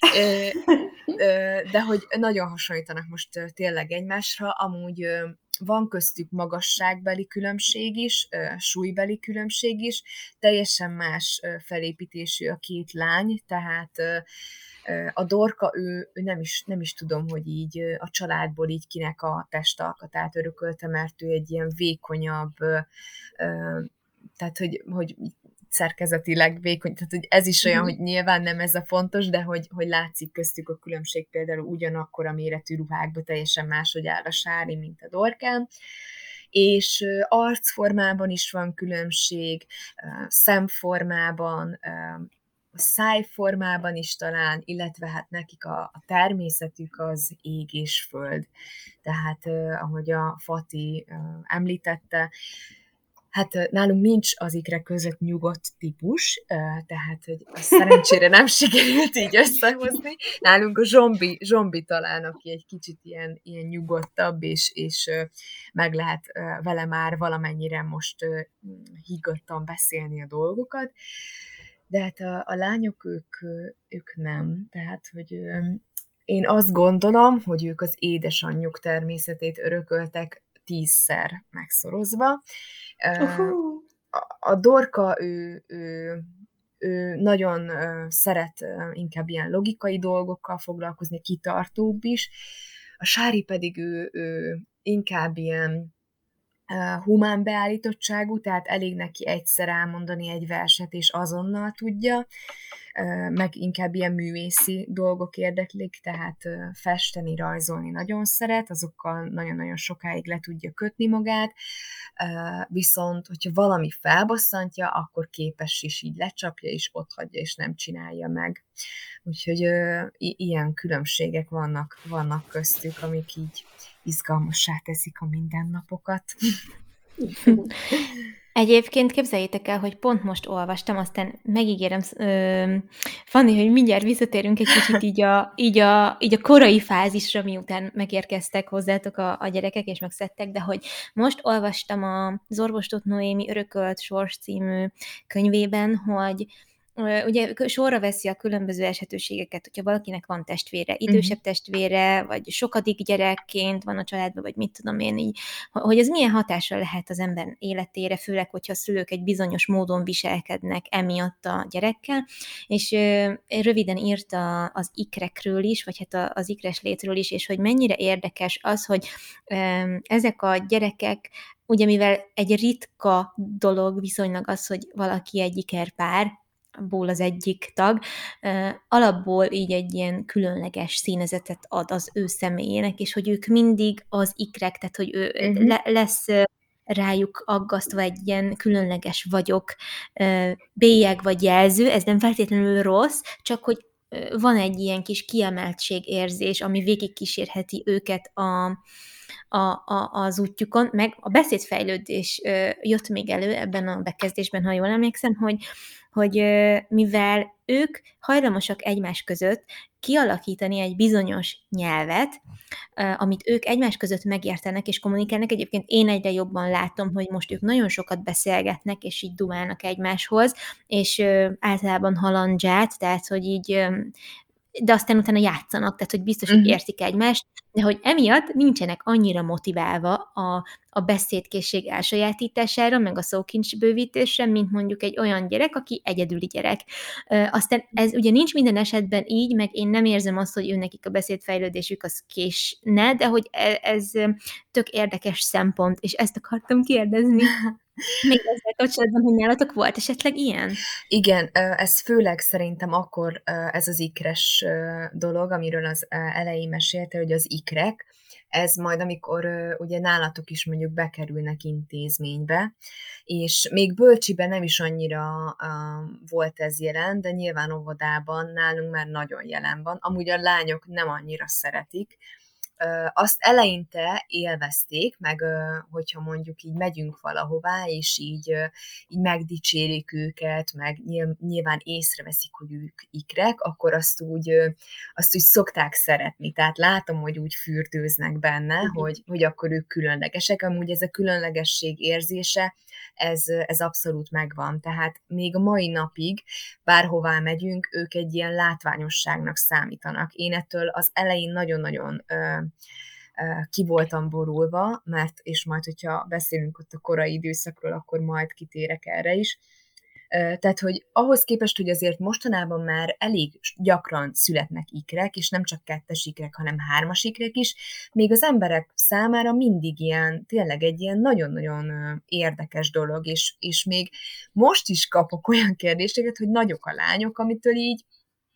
De hogy nagyon hasonlítanak most tényleg egymásra, amúgy van köztük magasságbeli különbség is, súlybeli különbség is, teljesen más felépítésű a két lány, tehát a Dorka, ő nem is tudom, hogy így a családból így kinek a testalkatát örökölte, mert ő egy ilyen vékonyabb, tehát hogy szerkezetileg vékony, tehát hogy ez is olyan, hogy nyilván nem ez a fontos, de hogy látszik köztük a különbség, például ugyanakkor a méretű ruhákban teljesen máshogy áll a Sári, mint a Dorkán, és arcformában is van különbség, szemformában, a szájformában is talán, illetve hát nekik a természetük az ég és föld. Tehát ahogy a Fati említette, hát nálunk nincs az ikrek között nyugodt típus, tehát hogy szerencsére nem sikerült így összehozni. Nálunk a zsombi talán, aki egy kicsit ilyen nyugodtabb, és meg lehet vele már valamennyire most higgadtan beszélni a dolgokat. De hát a lányok, ők nem. Tehát, hogy én azt gondolom, hogy ők az édesanyjuk természetét örököltek 10-szer megszorozva. A Dorka, ő nagyon szeret inkább ilyen logikai dolgokkal foglalkozni, kitartóbb is. A Sári pedig ő inkább ilyen humán beállítottságú, tehát elég neki egyszer elmondani egy verset, és azonnal tudja, meg inkább ilyen művészi dolgok érdeklik, tehát festeni, rajzolni nagyon szeret, azokkal nagyon-nagyon sokáig le tudja kötni magát, viszont, hogyha valami felbosszantja, akkor képes is így lecsapja, és otthagyja, és nem csinálja meg. Úgyhogy ilyen különbségek vannak köztük, amik így izgalmassá teszik a mindennapokat. Egyébként képzeljétek el, hogy pont most olvastam, aztán megígérem, Fanni, hogy mindjárt visszatérünk egy kicsit így a korai fázisra, miután megérkeztek hozzátok a gyerekek, és megszedtek, de hogy most olvastam az Orvostóth Noémi Örökölt Sors című könyvében, hogy ugye sorra veszi a különböző esetőségeket, hogyha valakinek van testvére, idősebb testvére, vagy sokadik gyerekként van a családban, vagy mit tudom én így, hogy ez milyen hatással lehet az ember életére, főleg, hogyha a szülők egy bizonyos módon viselkednek emiatt a gyerekkel, és röviden írta az ikrekről is, vagy hát az ikres létről is, és hogy mennyire érdekes az, hogy ezek a gyerekek, ugye mivel egy ritka dolog viszonylag az, hogy valaki egy ikerpár, ból az egyik tag, alapból így egy ilyen különleges színezetet ad az ő személyének, és hogy ők mindig az ikrek, tehát hogy lesz rájuk aggasztva egy ilyen különleges vagyok, bélyeg vagy jelző, ez nem feltétlenül rossz, csak hogy van egy ilyen kis kiemeltségérzés, ami végigkísérheti őket az útjukon, meg a beszédfejlődés jött még elő ebben a bekezdésben, ha jól emlékszem, hogy mivel ők hajlamosak egymás között kialakítani egy bizonyos nyelvet, amit ők egymás között megértenek és kommunikálnak. Egyébként én egyre jobban látom, hogy most ők nagyon sokat beszélgetnek, és így dumálnak egymáshoz, és általában halandzsát, tehát hogy így de aztán utána játszanak, tehát hogy biztos, hogy értik egymást, de hogy emiatt nincsenek annyira motiválva a beszédkészség elsajátítására, meg a szókincs bővítésre, mint mondjuk egy olyan gyerek, aki egyedüli gyerek. Aztán ez ugye nincs minden esetben így, meg én nem érzem azt, hogy nekik a beszédfejlődésük az késne, de hogy ez tök érdekes szempont, és ezt akartam kérdezni. Még ezzel kapcsolatban, hogy nálatok volt esetleg ilyen? Igen, ez főleg szerintem akkor ez az ikres dolog, amiről az elején mesélte, hogy az ikrek, ez majd amikor ugye nálatok is mondjuk bekerülnek intézménybe, és még bölcsiben nem is annyira volt ez jelen, de nyilván óvodában nálunk már nagyon jelen van. Amúgy a lányok nem annyira szeretik, azt eleinte élvezték, meg hogyha mondjuk így megyünk valahová, és így megdicsérjük őket, meg nyilván észreveszik, hogy ők ikrek, akkor azt úgy szokták szeretni. Tehát látom, hogy úgy fürdőznek benne, hogy akkor ők különlegesek. Amúgy ez a különlegesség érzése, ez abszolút megvan. Tehát még a mai napig bárhová megyünk, ők egy ilyen látványosságnak számítanak. Én ettől az elején nagyon-nagyon ki voltam borulva, mert, és majd, hogyha beszélünk ott a korai időszakról, akkor majd kitérek erre is. Tehát, hogy ahhoz képest, hogy azért mostanában már elég gyakran születnek ikrek, és nem csak 2 ikrek, hanem 3 ikrek is, még az emberek számára mindig ilyen, tényleg egy ilyen nagyon-nagyon érdekes dolog, és még most is kapok olyan kérdéseket, hogy nagyok a lányok, amitől így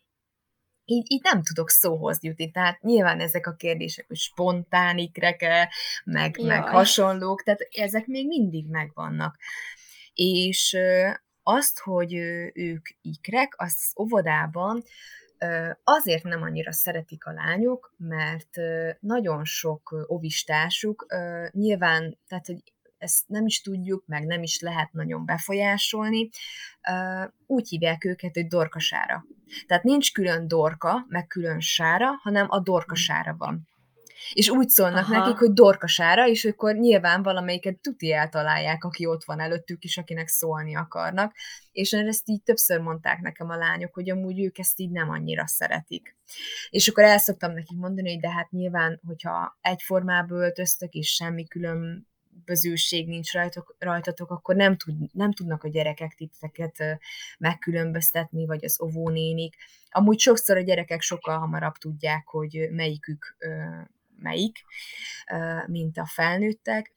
nem tudok szóhoz jutni. Tehát nyilván ezek a kérdések, hogy spontán ikrek-e, meg hasonlók, tehát ezek még mindig megvannak. És azt, hogy ők ikrek, azt az óvodában azért nem annyira szeretik a lányok, mert nagyon sok óvistársuk nyilván, tehát hogy ezt nem is tudjuk, meg nem is lehet nagyon befolyásolni, úgy hívják őket, hogy dorkasára. Tehát nincs külön dorka, meg külön sára, hanem a dorkasára van. És úgy szólnak nekik, hogy dorkasára, és akkor nyilván valamelyiket tuti eltalálják, aki ott van előttük is, akinek szólni akarnak. És ezt így többször mondták nekem a lányok, hogy amúgy ők ezt így nem annyira szeretik. És akkor el szoktam nekik mondani, hogy de hát nyilván, hogyha egyformába öltöztök, és semmi különbözőség nincs rajtatok, akkor nem tudnak a gyerekek titeket megkülönböztetni, vagy az óvónénik. Amúgy sokszor a gyerekek sokkal hamarabb tudják, hogy melyikük melyik, mint a felnőttek.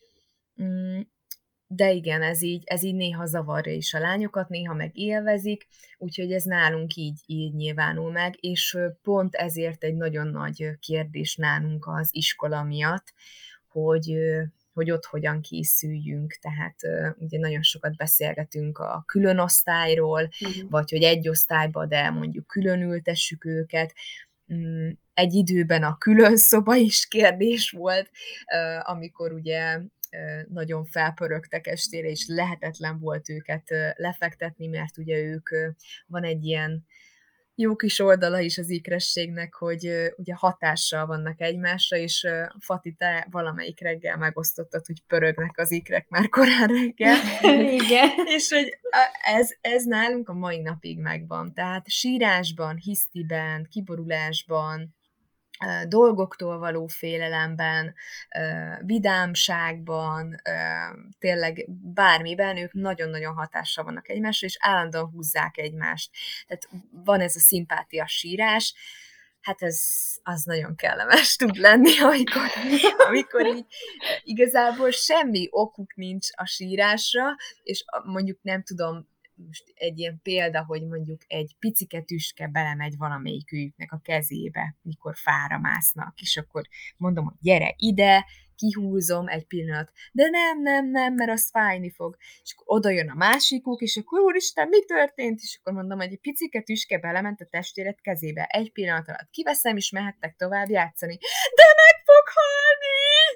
De igen, ez így néha zavarja is a lányokat, néha meg élvezik, úgyhogy ez nálunk így nyilvánul meg, és pont ezért egy nagyon nagy kérdés nálunk az iskola miatt, hogy ott hogyan készüljünk, tehát ugye nagyon sokat beszélgetünk a külön osztályról, vagy hogy egy osztályba, de mondjuk külön ültessük őket. Egy időben a külön szoba is kérdés volt, amikor ugye nagyon felpörögtek estére, és lehetetlen volt őket lefektetni, mert ugye ők, van egy ilyen jó kis oldala is az ikrességnek, hogy ugye hatással vannak egymásra, és Fati, te valamelyik reggel megosztottad, hogy pörögnek az ikrek már korán reggel. Igen. És hogy ez nálunk a mai napig megvan. Tehát sírásban, hisztiben, kiborulásban, dolgoktól való félelemben, vidámságban, tényleg bármiben ők nagyon-nagyon hatással vannak egymásra, és állandóan húzzák egymást. Tehát van ez a szimpátiás sírás, hát az nagyon kellemes tud lenni, amikor így igazából semmi okuk nincs a sírásra, és mondjuk nem tudom, most egy ilyen példa, hogy mondjuk egy picike tüske belemegy valamelyiküknek a kezébe, mikor fára másznak, és akkor mondom, hogy gyere ide, kihúzom egy pillanat, de nem, mert az fájni fog. És akkor oda jön a másikuk, és akkor úristen, mi történt? És akkor mondom, hogy egy picike tüske belement a testvéred kezébe. Egy pillanat alatt kiveszem, és mehettek tovább játszani. De meg fog halni!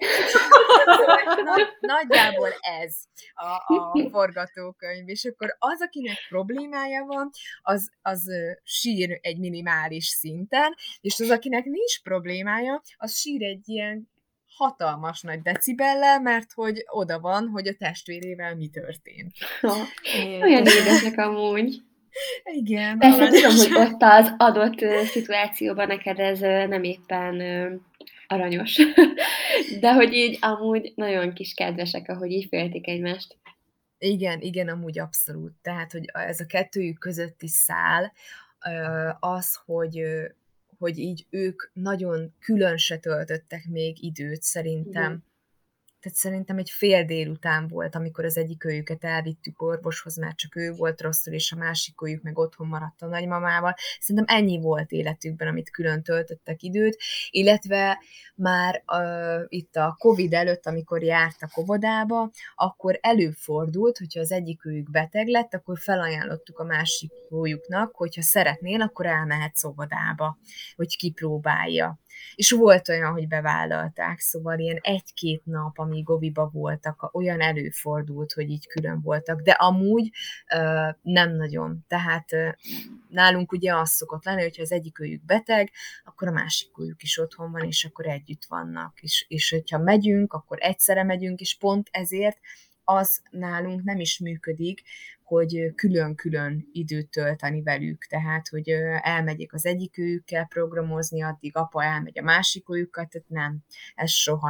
Nagyjából ez a forgatókönyv, és akkor az, akinek problémája van, az sír egy minimális szinten, és az, akinek nincs problémája, az sír egy ilyen hatalmas nagy decibellel, mert hogy oda van, hogy a testvérével mi történt. Olyan édesek amúgy. Igen. Persze tudom, hogy ott az adott szituációban neked ez nem éppen aranyos. De hogy így amúgy nagyon kis kedvesek, ahogy így féltik egymást. Igen, amúgy abszolút. Tehát, hogy ez a kettőjük közötti szál, az, hogy így ők nagyon külön se töltöttek még időt Uh-huh. szerintem. Tehát szerintem egy fél délután volt, amikor az egyik őjüket elvittük orvoshoz, mert csak ő volt rosszul, és a másik őjük meg otthon maradt a nagymamával. Szerintem ennyi volt életükben, amit külön töltöttek időt, illetve már itt a Covid előtt, amikor jártak óvodába, akkor előfordult, hogyha az egyik őjük beteg lett, akkor felajánlottuk a másik őjüknak, hogyha szeretnél, akkor elmehetsz óvodába, hogy kipróbálja. És volt olyan, hogy bevállalták, szóval ilyen 1-2 nap, amíg oviba voltak, olyan előfordult, hogy így külön voltak, de amúgy nem nagyon. Tehát nálunk ugye az szokott lenni, hogyha az egyik őjük beteg, akkor a másik őjük is otthon van, és akkor együtt vannak. És hogyha megyünk, akkor egyszerre megyünk, és pont ezért az nálunk nem is működik, hogy külön-külön időt tölteni velük, tehát, hogy elmegyek az egyikőjükkel programozni, addig apa elmegy a másikőjükkel, tehát nem, ez soha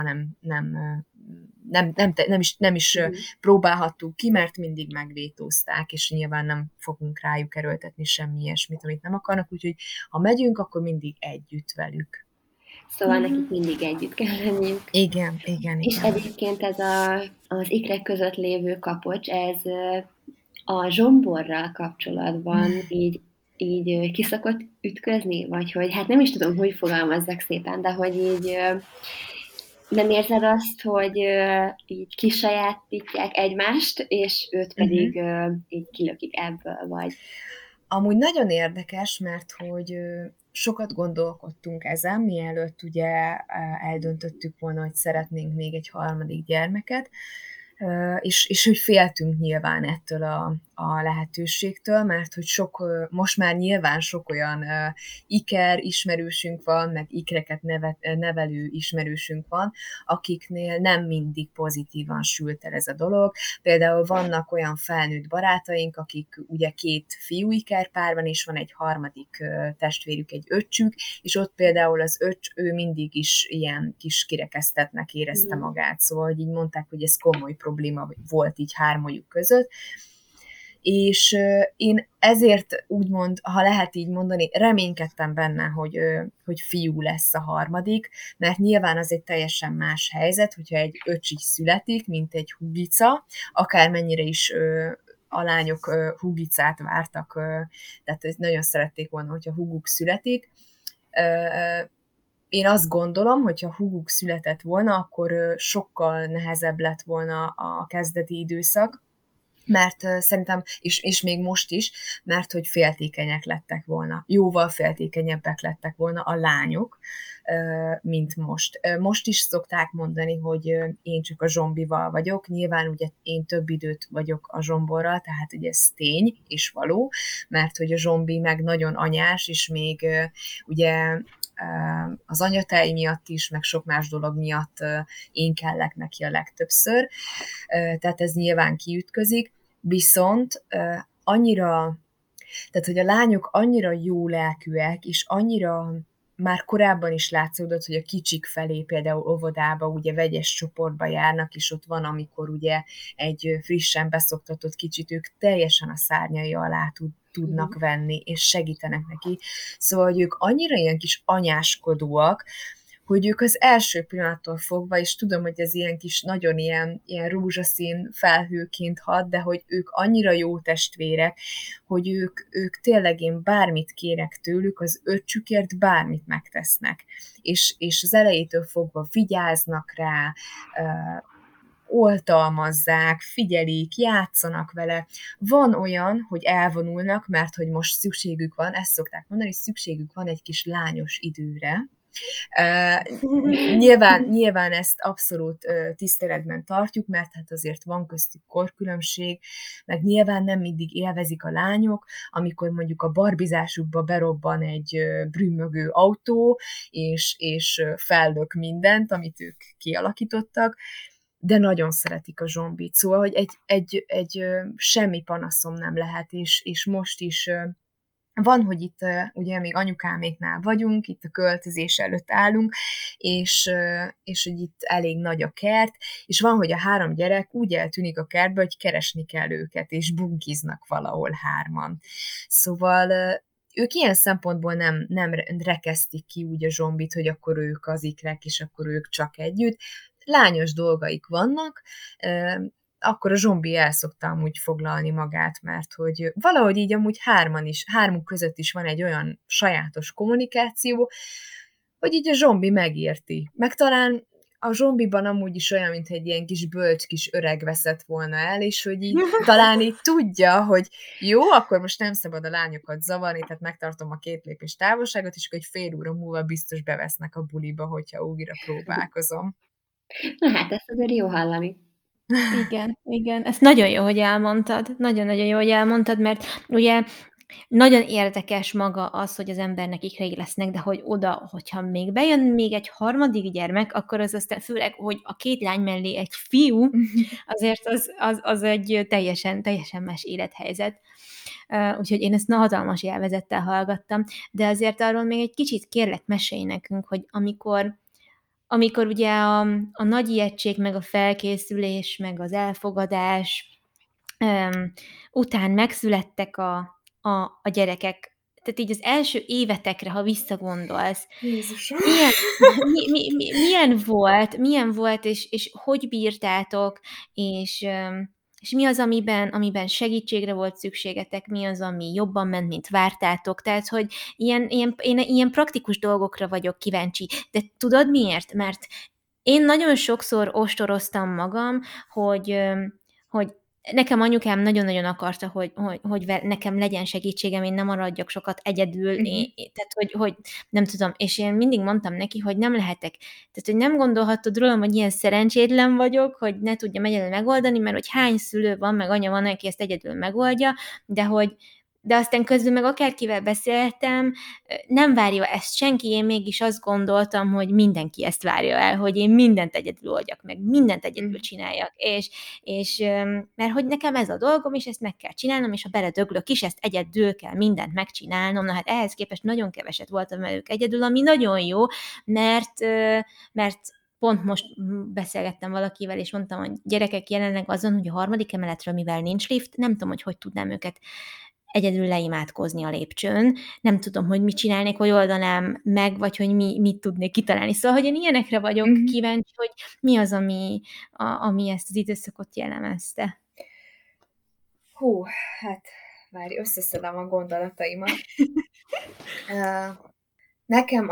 nem is Uh-huh. próbálhattuk ki, mert mindig megvétózták, és nyilván nem fogunk rájuk erőltetni semmi ilyesmit, amit nem akarnak, úgyhogy ha megyünk, akkor mindig együtt velük. Szóval nekik mindig együtt kell lenniük. Igen. És egyébként ez az ikrek között lévő kapocs, ez a zsomborral kapcsolatban így ki szokott ütközni? Vagy hogy, hát nem is tudom, hogy fogalmazzak szépen, de hogy így nem érzed azt, hogy így kisajátítják egymást, és őt pedig így kilökik ebből, vagy... Amúgy nagyon érdekes, mert hogy sokat gondolkodtunk ezen, mielőtt ugye eldöntöttük volna, hogy szeretnénk még egy harmadik gyermeket, és hogy féltünk nyilván ettől a lehetőségtől, mert hogy most már nyilván sok olyan iker ismerősünk van, meg ikreket nevelő ismerősünk van, akiknél nem mindig pozitívan sült el ez a dolog. Például vannak olyan felnőtt barátaink, akik ugye 2 fiú ikerpárban, és van egy harmadik testvérük, egy öccsük, és ott például az öcs, ő mindig is ilyen kis kirekesztetnek érezte magát. Szóval, hogy így mondták, hogy ez komoly probléma volt így hármajuk között, és én ezért úgymond, ha lehet így mondani, reménykedtem benne, hogy fiú lesz a harmadik, mert nyilván az egy teljesen más helyzet, hogyha egy öcsi születik, mint egy hugica, akármennyire is a lányok hugicát vártak, tehát nagyon szerették volna, hogyha huguk születik. Én azt gondolom, hogyha huguk született volna, akkor sokkal nehezebb lett volna a kezdeti időszak, mert szerintem, és még most is, mert hogy féltékenyek lettek volna. Jóval féltékenyebbek lettek volna a lányok, mint most. Most is szokták mondani, hogy én csak a zsombival vagyok. Nyilván ugye én több időt vagyok a zsomborral, tehát ugye ez tény és való, mert hogy a zsombi meg nagyon anyás, és még ugye az anyatej miatt is, meg sok más dolog miatt én kellek neki a legtöbbször, tehát ez nyilván kiütközik, viszont annyira, tehát hogy a lányok annyira jó lelkűek, és annyira már korábban is látszódott, hogy a kicsik felé például óvodába ugye vegyes csoportba járnak, és ott van, amikor ugye egy frissen beszoktatott kicsit ők teljesen a szárnyai alá tudnak venni, és segítenek neki. Szóval, hogy ők annyira ilyen kis anyáskodóak, hogy ők az első pillanattól fogva, és tudom, hogy ez ilyen kis, nagyon ilyen rózsaszín felhőként hat, de hogy ők annyira jó testvérek, hogy ők tényleg én bármit kérek tőlük, az öccsükért bármit megtesznek. És az elejétől fogva vigyáznak rá, oltalmazzák, figyelik, játszanak vele. Van olyan, hogy elvonulnak, mert hogy most szükségük van, ezt szokták mondani, hogy szükségük van egy kis lányos időre. Nyilván ezt abszolút tiszteletben tartjuk, mert hát azért van köztük korkülönbség, meg nyilván nem mindig élvezik a lányok, amikor mondjuk a barbizásukba berobban egy brümmögő autó, és fellök mindent, amit ők kialakítottak, de nagyon szeretik a zsombit. Szóval, hogy egy semmi panaszom nem lehet, és most is Van, hogy itt ugye még anyukáméknál vagyunk, itt a költözés előtt állunk, és hogy itt elég nagy a kert, és van, hogy a 3 gyerek úgy eltűnik a kertbe, hogy keresni kell őket, és bunkiznak valahol 3-an. Szóval ők ilyen szempontból nem rekesztik ki úgy a zsombit, hogy akkor ők az ikrek, és akkor ők csak együtt. Lányos dolgaik vannak, akkor a zsombi el szokta amúgy foglalni magát, mert hogy valahogy így amúgy 3-uk között is van egy olyan sajátos kommunikáció, hogy így a zsombi megérti. Meg talán a zsombiban amúgy is olyan, mint egy ilyen kis bölcs kis öreg veszett volna el, és hogy így talán így tudja, hogy jó, akkor most nem szabad a lányokat zavarni, tehát megtartom a 2 lépés távolságot, és akkor egy fél óra múlva biztos bevesznek a buliba, hogyha újra próbálkozom. Na hát, ezt azért jó hallani. Igen, ezt nagyon jó, hogy elmondtad. Nagyon-nagyon jó, hogy elmondtad, mert ugye nagyon érdekes maga az, hogy az embernek ikrei lesznek, de hogy oda, hogyha még bejön még egy 3. gyermek, akkor az aztán főleg, hogy a 2 lány mellé egy fiú, azért az egy teljesen más élethelyzet. Úgyhogy én ezt hatalmas élvezettel hallgattam, de azért arról még egy kicsit kérlek, mesélj nekünk, hogy amikor ugye a nagy ijegység, meg a felkészülés, meg az elfogadás után megszülettek a gyerekek, tehát így az első évetekre, ha visszagondolsz, Jézusom! milyen volt, és hogy bírtátok, és mi az, amiben segítségre volt szükségetek, mi az, ami jobban ment, mint vártátok, tehát, hogy én ilyen praktikus dolgokra vagyok kíváncsi, de tudod miért? Mert én nagyon sokszor ostoroztam magam, hogy nekem anyukám nagyon-nagyon akarta, hogy nekem legyen segítségem, én ne maradjak sokat egyedül, tehát hogy nem tudom, és én mindig mondtam neki, hogy nem lehetek, tehát hogy nem gondolhatod rólam, hogy ilyen szerencsétlen vagyok, hogy ne tudjam egyedül megoldani, mert hogy hány szülő van, meg anya van, aki ezt egyedül megoldja, de aztán közben meg akárkivel beszéltem, nem várja ezt senki, én mégis azt gondoltam, hogy mindenki ezt várja el, hogy én mindent egyedül oldjak meg, mindent egyedül csináljak, és mert hogy nekem ez a dolgom, és ezt meg kell csinálnom, és ha beledöglök is, ezt egyedül kell mindent megcsinálnom, na hát ehhez képest nagyon keveset voltam velük egyedül, ami nagyon jó, mert pont most beszélgettem valakivel, és mondtam, hogy gyerekek jelenleg azon, hogy a 3. emeletről, mivel nincs lift, nem tudom, hogy tudnám őket egyedül leimádkozni a lépcsőn. Nem tudom, hogy mit csinálnék, hogy oldanám meg, vagy hogy mit tudnék kitalálni. Szóval, hogy én ilyenekre vagyok kíváncsi, hogy mi az, ami ezt az időszakot jellemezte. Hú, hát várj, összeszedem a gondolataimat. Nekem,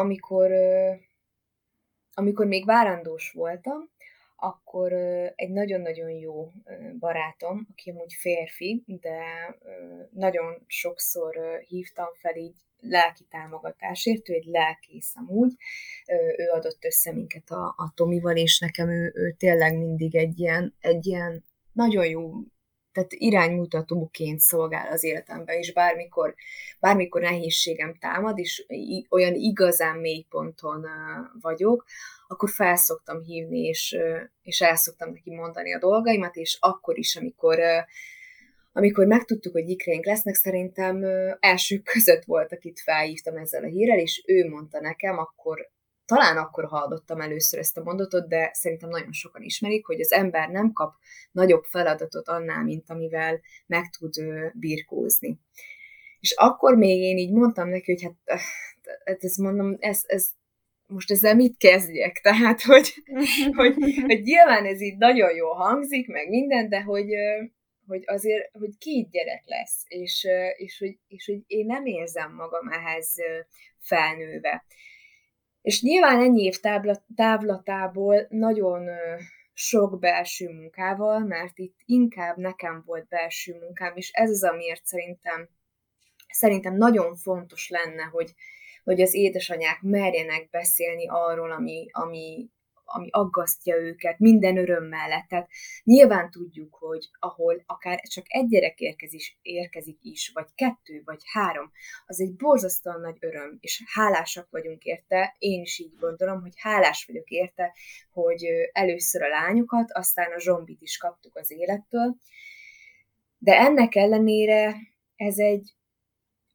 amikor még várandós voltam, akkor egy nagyon-nagyon jó barátom, aki amúgy férfi, de nagyon sokszor hívtam fel így lelki támogatásért, ő egy lelkész amúgy, ő adott össze minket a Tomival, és nekem ő tényleg mindig egy ilyen nagyon jó, tehát iránymutatóként szolgál az életemben, és bármikor nehézségem támad, és olyan igazán mély ponton vagyok, akkor fel szoktam hívni, és el szoktam neki mondani a dolgaimat, és akkor is, amikor megtudtuk, hogy ikreink lesznek, szerintem elsők között volt, akit felhívtam ezzel a hírrel, és ő mondta nekem, talán akkor hallottam először ezt a mondatot, de szerintem nagyon sokan ismerik, hogy az ember nem kap nagyobb feladatot annál, mint amivel meg tud birkózni. És akkor még én így mondtam neki, hogy hát ezt mondom, most ezzel mit kezdjek? Tehát, hogy nyilván ez így nagyon jól hangzik, meg minden, de hogy azért, hogy 2 gyerek lesz, és hogy én nem érzem magam ehhez felnőve. És nyilván ennyi év távlatából nagyon sok belső munkával, mert itt inkább nekem volt belső munkám, és ez az, amiért szerintem nagyon fontos lenne, hogy az édesanyák merjenek beszélni arról, ami aggasztja őket, minden öröm mellett. Tehát nyilván tudjuk, hogy ahol akár csak egy gyerek érkezik is, vagy 2, vagy 3, az egy borzasztóan nagy öröm, és hálásak vagyunk érte, én is így gondolom, hogy hálás vagyok érte, hogy először a lányokat, aztán a zsombit is kaptuk az élettől, de ennek ellenére ez egy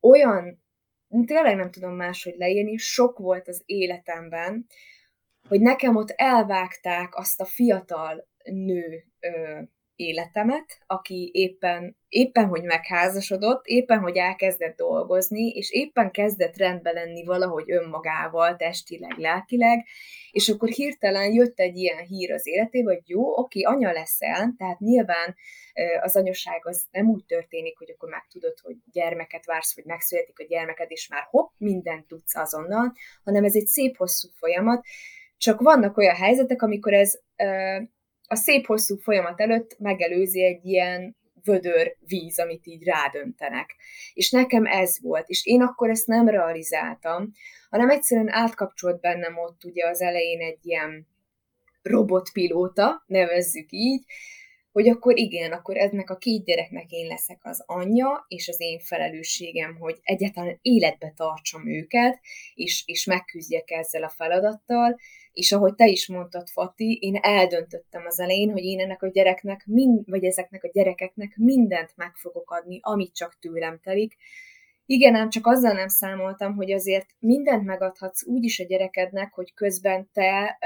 olyan, tényleg nem tudom máshogy leírni, sok volt az életemben, hogy nekem ott elvágták azt a fiatal nő életemet, aki éppen hogy megházasodott, éppen hogy elkezdett dolgozni, és éppen kezdett rendbe lenni valahogy önmagával, testileg, lelkileg, és akkor hirtelen jött egy ilyen hír az életébe, hogy jó, oké, anya leszel, tehát nyilván az anyaság az nem úgy történik, hogy akkor megtudod, hogy gyermeket vársz, vagy megszületik a gyermeked, és már hopp, mindent tudsz azonnal, hanem ez egy szép hosszú folyamat, csak vannak olyan helyzetek, amikor ez a szép hosszú folyamat előtt megelőzi egy ilyen vödör víz, amit így rádöntenek. És nekem ez volt, és én akkor ezt nem realizáltam, hanem egyszerűen átkapcsolt bennem ott ugye az elején egy ilyen robotpilóta, nevezzük így, hogy akkor igen, akkor ennek a 2 gyereknek én leszek az anyja, és az én felelősségem, hogy egyáltalán életbe tartsam őket, és megküzdjek ezzel a feladattal, és ahogy te is mondtad, Fati, én eldöntöttem az elején, hogy én ennek a gyereknek, vagy ezeknek a gyerekeknek mindent meg fogok adni, amit csak tőlem telik. Igen, ám csak azzal nem számoltam, hogy azért mindent megadhatsz úgyis a gyerekednek, hogy közben te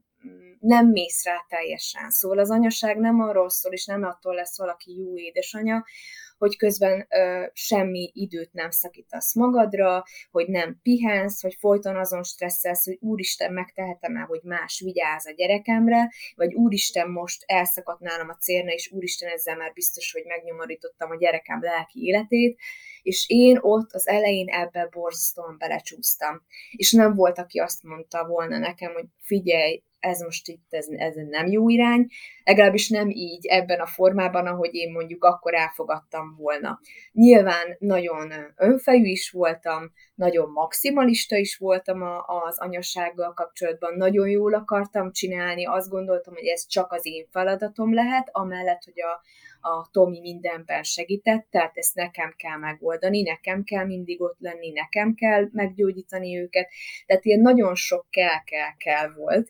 nem mész rá teljesen. Szóval az anyaság nem arról szól, és nem attól lesz valaki jó édesanya, hogy közben semmi időt nem szakítasz magadra, hogy nem pihensz, hogy folyton azon stresszelsz, hogy úristen, megtehetem el, hogy más vigyáz a gyerekemre, vagy úristen, most elszakadt nálam a cérna, és úristen, ezzel már biztos, hogy megnyomorítottam a gyerekem lelki életét, és én ott az elején ebbe borzasztóan belecsúsztam. És nem volt, aki azt mondta volna nekem, hogy figyelj, ez most itt, ez nem jó irány, legalábbis nem így ebben a formában, ahogy én mondjuk akkor elfogadtam volna. Nyilván nagyon önfejű is voltam, nagyon maximalista is voltam az anyasággal kapcsolatban, nagyon jól akartam csinálni, azt gondoltam, hogy ez csak az én feladatom lehet, amellett, hogy a Tomi mindenben segített, tehát ezt nekem kell megoldani, nekem kell mindig ott lenni, nekem kell meggyógyítani őket, tehát ilyen nagyon sok kell volt,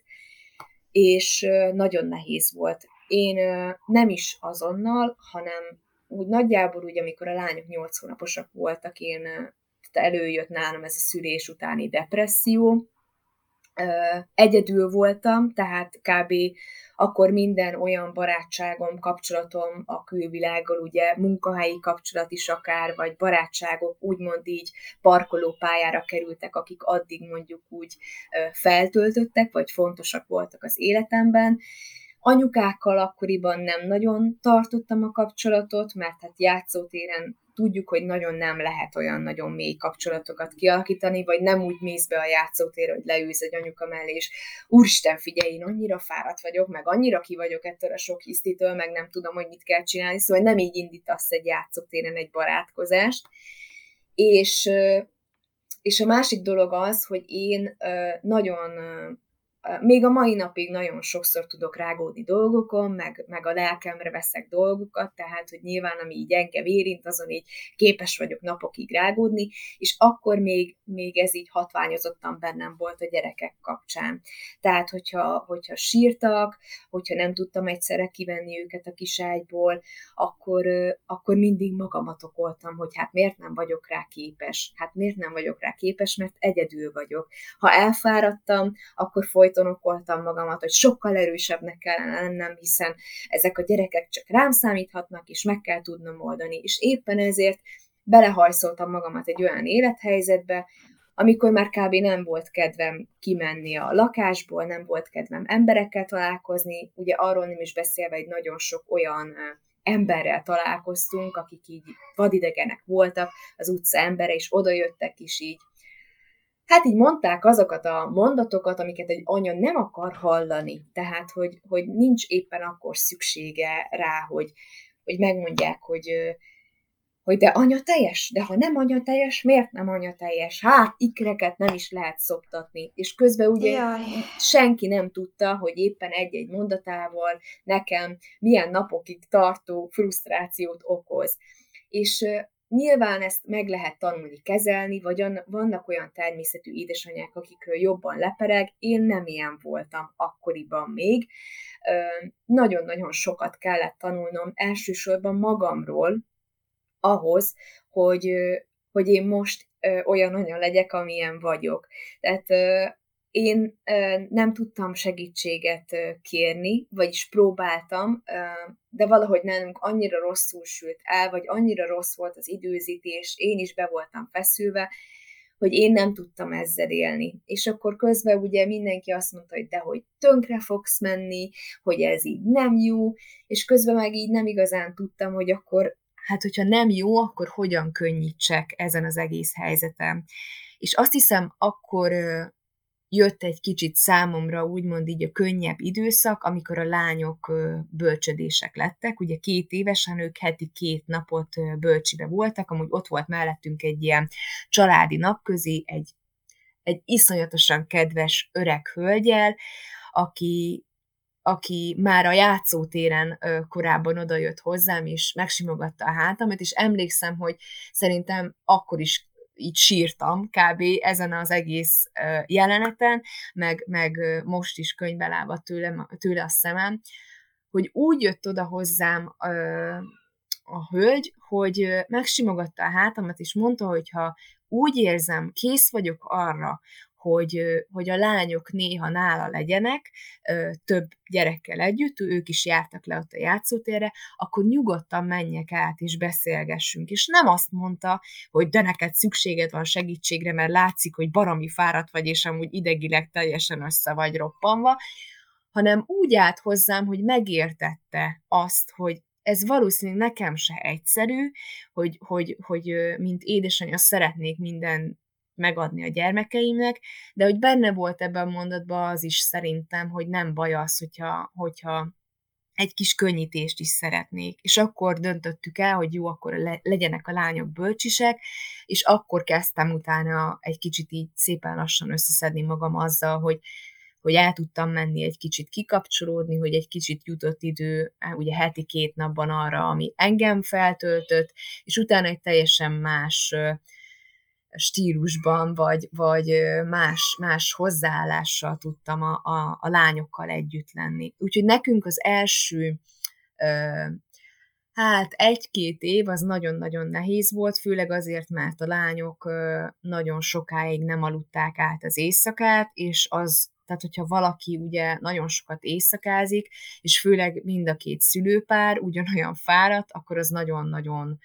és nagyon nehéz volt. Én nem is azonnal, hanem úgy nagyjából úgy, amikor a lányok 8 hónaposak voltak, előjött nálam ez a szülés utáni depresszió. Egyedül voltam, tehát kb. Akkor minden olyan barátságom, kapcsolatom a külvilággal, ugye munkahelyi kapcsolat is akár, vagy barátságok úgymond így parkolópályára kerültek, akik addig mondjuk úgy feltöltöttek, vagy fontosak voltak az életemben. Anyukákkal akkoriban nem nagyon tartottam a kapcsolatot, mert hát játszótéren tudjuk, hogy nagyon nem lehet olyan nagyon mély kapcsolatokat kialakítani, vagy nem úgy mész be a játszótérre, hogy leülsz egy anyuka mellé, és úristen, figyelj, én annyira fáradt vagyok, meg annyira ki vagyok ettől a sok hisztitől, meg nem tudom, hogy mit kell csinálni, szóval nem így indítasz egy játszótéren egy barátkozást. És a másik dolog az, hogy én nagyon... Még a mai napig nagyon sokszor tudok rágódni dolgokon, meg a lelkemre veszek dolgokat, tehát, hogy nyilván, ami így engem érint, azon így képes vagyok napokig rágódni, és akkor még ez így hatványozottan bennem volt a gyerekek kapcsán. Tehát, hogyha sírtak, hogyha nem tudtam egyszerre kivenni őket a kiságyból, akkor mindig magamat okoltam, hogy hát miért nem vagyok rá képes? Hát miért nem vagyok rá képes, mert egyedül vagyok. Ha elfáradtam, akkor folyton okoltam magamat, hogy sokkal erősebbnek kellene lennem, hiszen ezek a gyerekek csak rám számíthatnak, és meg kell tudnom oldani. És éppen ezért belehajszoltam magamat egy olyan élethelyzetbe, amikor már kb. Nem volt kedvem kimenni a lakásból, nem volt kedvem emberekkel találkozni, ugye arról nem is beszélve, hogy nagyon sok olyan emberrel találkoztunk, akik így vadidegenek voltak, az utca embere, és odajöttek is így. Hát így mondták azokat a mondatokat, amiket egy anya nem akar hallani. Tehát, hogy nincs éppen akkor szüksége rá, hogy megmondják, hogy de anyateljes, de ha nem anyateljes, miért nem anyateljes? Hát, ikreket nem is lehet szoptatni. És közben ugye senki nem tudta, hogy éppen egy-egy mondatával nekem milyen napokig tartó frusztrációt okoz. És nyilván ezt meg lehet tanulni, kezelni, vagy vannak olyan természetű édesanyák, akikről jobban lepereg. Én nem ilyen voltam akkoriban még. Nagyon-nagyon sokat kellett tanulnom elsősorban magamról, ahhoz, hogy hogy én most olyan anya legyek, amilyen vagyok. Tehát én nem tudtam segítséget kérni, vagyis próbáltam, de valahogy nálunk annyira rosszul sült el, vagy annyira rossz volt az időzítés, én is be voltam feszülve, hogy én nem tudtam ezzel élni. És akkor közben ugye mindenki azt mondta, hogy dehogy tönkre fogsz menni, hogy ez így nem jó, és közben meg így nem igazán tudtam, hogy akkor, hát hogyha nem jó, akkor hogyan könnyítsek ezen az egész helyzetem. És azt hiszem, akkor jött egy kicsit számomra úgymond így a könnyebb időszak, amikor a lányok bölcsödések lettek. Ugye 2 évesen ők heti 2 napot bölcsibe voltak, amúgy ott volt mellettünk egy ilyen családi napközi, egy iszonyatosan kedves öreg hölgyel, aki már a játszótéren korábban odajött hozzám, és megsimogatta a hátamat, és emlékszem, hogy szerintem akkor is így sírtam kb. Ezen az egész jeleneten, meg most is könyvbe lábadt tőle a szemem, hogy úgy jött oda hozzám a hölgy, hogy megsimogatta a hátamat, és mondta, hogy ha úgy érzem, kész vagyok arra, hogy a lányok néha nála legyenek, több gyerekkel együtt, ők is jártak le ott a játszótérre, akkor nyugodtan menjek át és beszélgessünk. És nem azt mondta, hogy de neked szükséged van segítségre, mert látszik, hogy baromi fáradt vagy, és amúgy idegileg teljesen össze vagy roppanva, hanem úgy állt hozzám, hogy megértette azt, hogy ez valószínűleg nekem se egyszerű, hogy mint édesanyja szeretnék minden megadni a gyermekeimnek, de hogy benne volt ebben a mondatban az is szerintem, hogy nem baj az, hogyha egy kis könnyítést is szeretnék. És akkor döntöttük el, hogy jó, akkor legyenek a lányok bölcsisek, és akkor kezdtem utána egy kicsit így szépen lassan összeszedni magam azzal, hogy el tudtam menni egy kicsit kikapcsolódni, hogy egy kicsit jutott idő, ugye heti 2 napban arra, ami engem feltöltött, és utána egy teljesen más stílusban, vagy más hozzáállással tudtam a lányokkal együtt lenni. Úgyhogy nekünk az első 1-2 év az nagyon-nagyon nehéz volt, főleg azért, mert a lányok nagyon sokáig nem aludták át az éjszakát, és tehát hogyha valaki ugye nagyon sokat éjszakázik, és főleg mind a 2 szülőpár ugyanolyan fáradt, akkor az nagyon-nagyon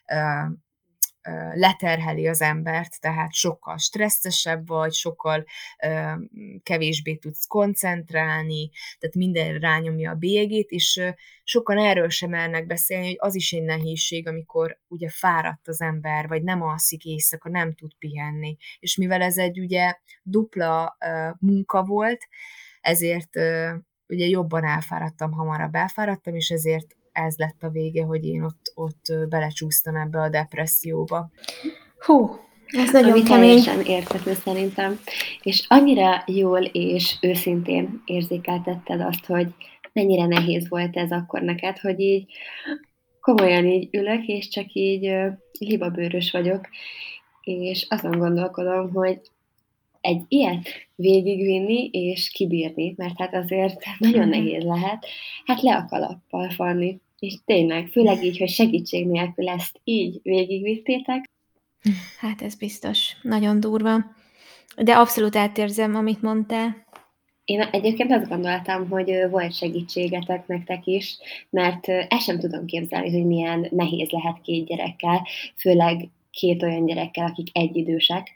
leterheli az embert, tehát sokkal stresszesebb vagy, sokkal kevésbé tudsz koncentrálni, tehát minden rányomja a bélyegét, és sokan erről sem mernek beszélni, hogy az is egy nehézség, amikor ugye fáradt az ember, vagy nem alszik éjszaka, nem tud pihenni. És mivel ez egy ugye dupla munka volt, ezért ugye jobban elfáradtam, hamarabb elfáradtam, és ezért ez lett a vége, hogy én ott belecsúsztam ebbe a depresszióba. Hú, ez nagyon Ami kemény. teljesen érthető szerintem. És annyira jól és őszintén érzékeltetted azt, hogy mennyire nehéz volt ez akkor neked, hogy így komolyan így ülök, és csak így libabőrös vagyok, és azon gondolkodom, hogy egy ilyet végigvinni és kibírni, mert hát azért nagyon nehéz lehet, hát le a kalappal, Fanni. És tényleg, főleg így, hogy segítség nélkül ezt így végigvittétek. Hát ez biztos. Nagyon durva. De abszolút átérzem, amit mondtál. Én egyébként azt gondoltam, hogy volt segítségetek nektek is, mert ezt sem tudom képzelni, hogy milyen nehéz lehet 2 gyerekkel, főleg 2 olyan gyerekkel, akik egyidősek.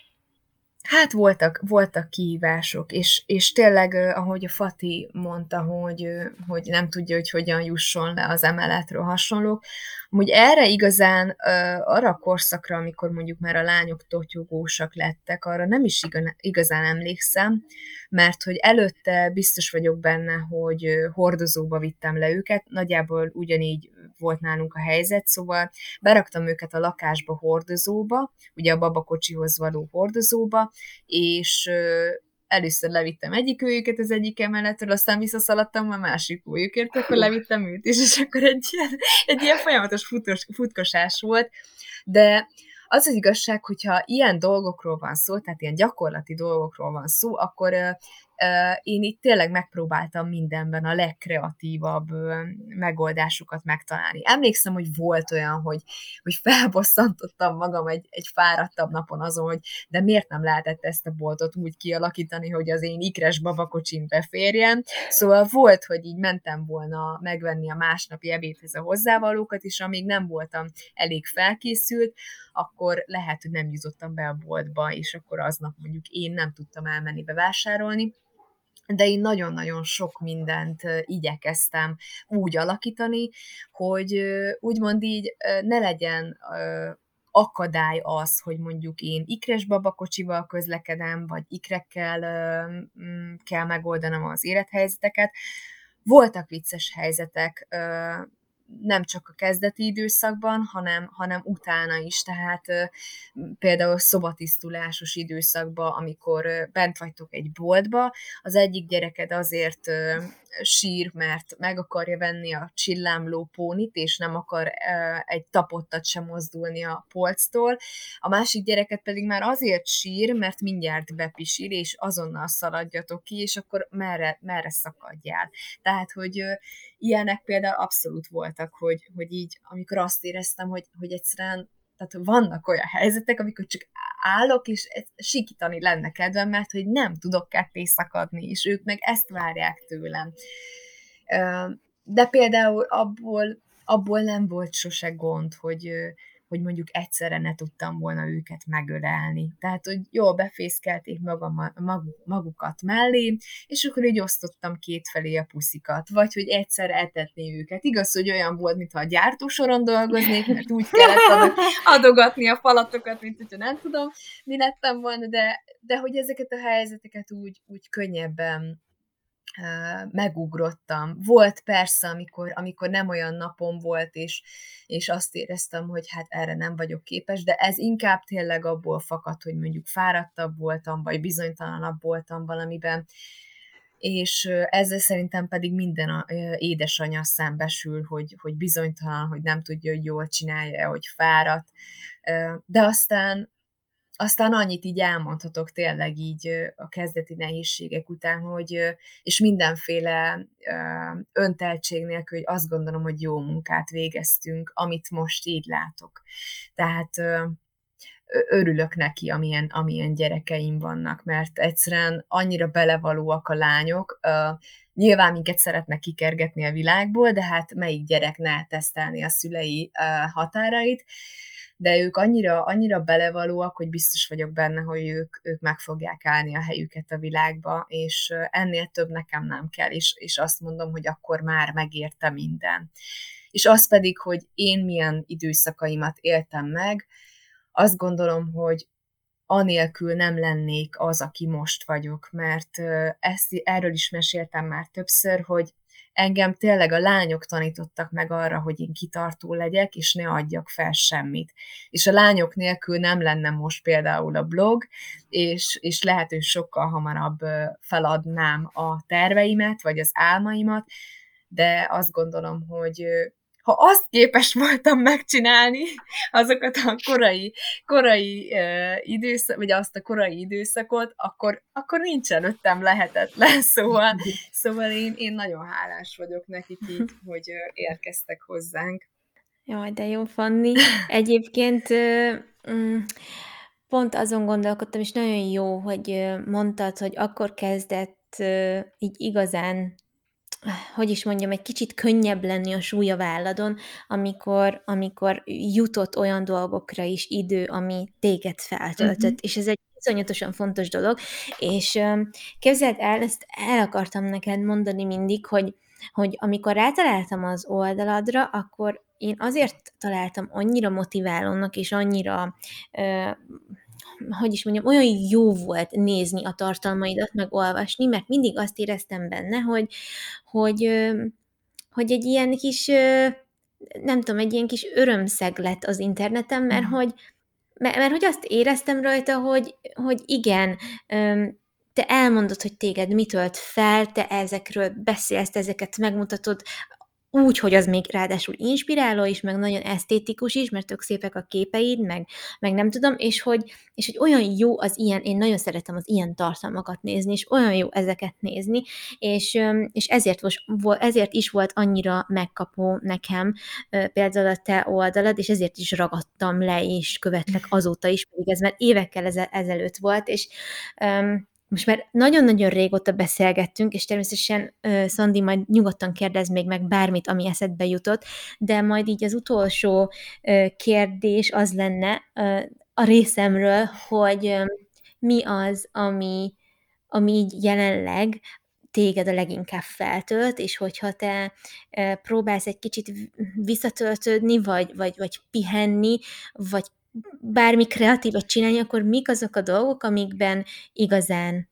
Hát voltak kihívások, és tényleg, ahogy a Fati mondta, hogy nem tudja, hogy hogyan jusson le az emeletről hasonlók, amúgy erre igazán, arra a korszakra, amikor mondjuk már a lányok totyogósak lettek, arra nem is igazán emlékszem, mert hogy előtte biztos vagyok benne, hogy hordozóba vittem le őket, nagyjából ugyanígy volt nálunk a helyzet, szóval beraktam őket a lakásba hordozóba, ugye a babakocsihoz való hordozóba, és először levittem egyik őjüket az egyik emeletről, aztán visszaszaladtam a másik őjükért, akkor levittem őt is, és akkor egy ilyen folyamatos futkosás volt, de az igazság, hogyha ilyen dolgokról van szó, tehát ilyen gyakorlati dolgokról van szó, akkor Én itt tényleg megpróbáltam mindenben a legkreatívabb megoldásokat megtalálni. Emlékszem, hogy volt olyan, hogy felbosszantottam magam egy fáradtabb napon azon, hogy de miért nem lehetett ezt a boltot úgy kialakítani, hogy az én ikres babakocsim beférjen. Szóval volt, hogy így mentem volna megvenni a másnapi ebédhez a hozzávalókat, és amíg nem voltam elég felkészült, akkor lehet, hogy nem jutottam be a boltba, és akkor aznap mondjuk én nem tudtam elmenni bevásárolni, de én nagyon-nagyon sok mindent igyekeztem úgy alakítani, hogy úgymond így ne legyen akadály az, hogy mondjuk én ikres babakocsival közlekedem, vagy ikrekkel kell megoldanom az élethelyzeteket. Voltak vicces helyzetek, nem csak a kezdeti időszakban, hanem utána is, tehát például szobatisztulásos időszakban, amikor bent vagytok egy boltba, az egyik gyereked azért sír, mert meg akarja venni a csillámló pónit, és nem akar egy tapottat sem mozdulni a polctól, a másik gyereket pedig már azért sír, mert mindjárt bepisil, és azonnal szaladjatok ki, és akkor merre szakadjál. Tehát, hogy ilyenek például abszolút voltak, hogy így, amikor azt éreztem, hogy egyszerűen, tehát vannak olyan helyzetek, amikor csak állok, és sikítani lenne kedvem, mert hogy nem tudok ketté szakadni, és ők meg ezt várják tőlem. De például abból nem volt sose gond, hogy mondjuk egyszerre ne tudtam volna őket megölelni. Tehát, hogy jól befészkelték magukat mellé, és akkor így osztottam kétfelé a puszikat. Vagy, hogy egyszer etetni őket. Igaz, hogy olyan volt, mintha a gyártósoron dolgoznék, mert úgy kellett adogatni a falatokat, mint hogyha nem tudom, mi lettem volna, de hogy ezeket a helyzeteket úgy könnyebben megugrottam. Volt persze, amikor nem olyan napom volt, és azt éreztem, hogy hát erre nem vagyok képes, de ez inkább tényleg abból fakad, hogy mondjuk fáradtabb voltam, vagy bizonytalanabb voltam valamiben, és ezzel szerintem pedig minden édesanyja szembesül, hogy bizonytalan, hogy nem tudja, hogy jól csinálja, hogy fáradt, de aztán annyit így elmondhatok tényleg így a kezdeti nehézségek után, és mindenféle önteltség nélkül, hogy azt gondolom, hogy jó munkát végeztünk, amit most így látok. Tehát örülök neki, amilyen gyerekeim vannak, mert egyszerűen annyira belevalóak a lányok, nyilván minket szeretnek kikergetni a világból, de hát melyik gyerek ne tesztelni a szülei határait, de ők annyira belevalóak, hogy biztos vagyok benne, hogy ők meg fogják állni a helyüket a világba, és ennél több nekem nem kell, és azt mondom, hogy akkor már megérte minden. És az pedig, hogy én milyen időszakaimat éltem meg, azt gondolom, hogy anélkül nem lennék az, aki most vagyok, mert erről is meséltem már többször, hogy engem tényleg a lányok tanítottak meg arra, hogy én kitartó legyek, és ne adjak fel semmit. És a lányok nélkül nem lenne most például a blog, és lehet, hogy sokkal hamarabb feladnám a terveimet, vagy az álmaimat, de azt gondolom, hogy ha azt képes voltam megcsinálni, azokat a korai időszak, vagy azt a korai időszakot, akkor nincs előttem lehetetlen, szóval én nagyon hálás vagyok nekik így, hogy érkeztek hozzánk. Jaj, de jó, Fanni. Egyébként pont azon gondolkodtam, és nagyon jó, hogy mondtad, hogy akkor kezdett így igazán, hogy is mondjam, egy kicsit könnyebb lenni a súly a válladon, amikor jutott olyan dolgokra is idő, ami téged feltöltött, és ez egy bizonyatosan fontos dolog, és képzeld el, ezt el akartam neked mondani mindig, hogy amikor rátaláltam az oldaladra, akkor én azért találtam annyira motiválónak, és annyira, hogy is mondjam, olyan jó volt nézni a tartalmaidat, meg olvasni, mert mindig azt éreztem benne, hogy egy ilyen kis, nem tudom, egy ilyen kis örömszeg lett az interneten, mert hogy azt éreztem rajta, hogy igen, te elmondod, hogy téged mit tölt fel, te ezekről beszélsz, te ezeket megmutatod, úgy, hogy az még ráadásul inspiráló is, meg nagyon esztétikus is, mert tök szépek a képeid, meg nem tudom, és hogy olyan jó az ilyen, én nagyon szeretem az ilyen tartalmakat nézni, és olyan jó ezeket nézni, és ezért is volt annyira megkapó nekem például a te oldalad, és ezért is ragadtam le, és követlek azóta is, pedig ez már évekkel ezelőtt volt, és most már nagyon-nagyon régóta beszélgettünk, és természetesen, Szandi, majd nyugodtan kérdezz még meg bármit, ami eszedbe jutott, de majd így az utolsó kérdés az lenne a részemről, hogy mi az, ami így jelenleg téged a leginkább feltölt, és hogyha te próbálsz egy kicsit visszatöltődni, vagy pihenni, vagy bármi kreatívat csinálni, akkor mik azok a dolgok, amikben igazán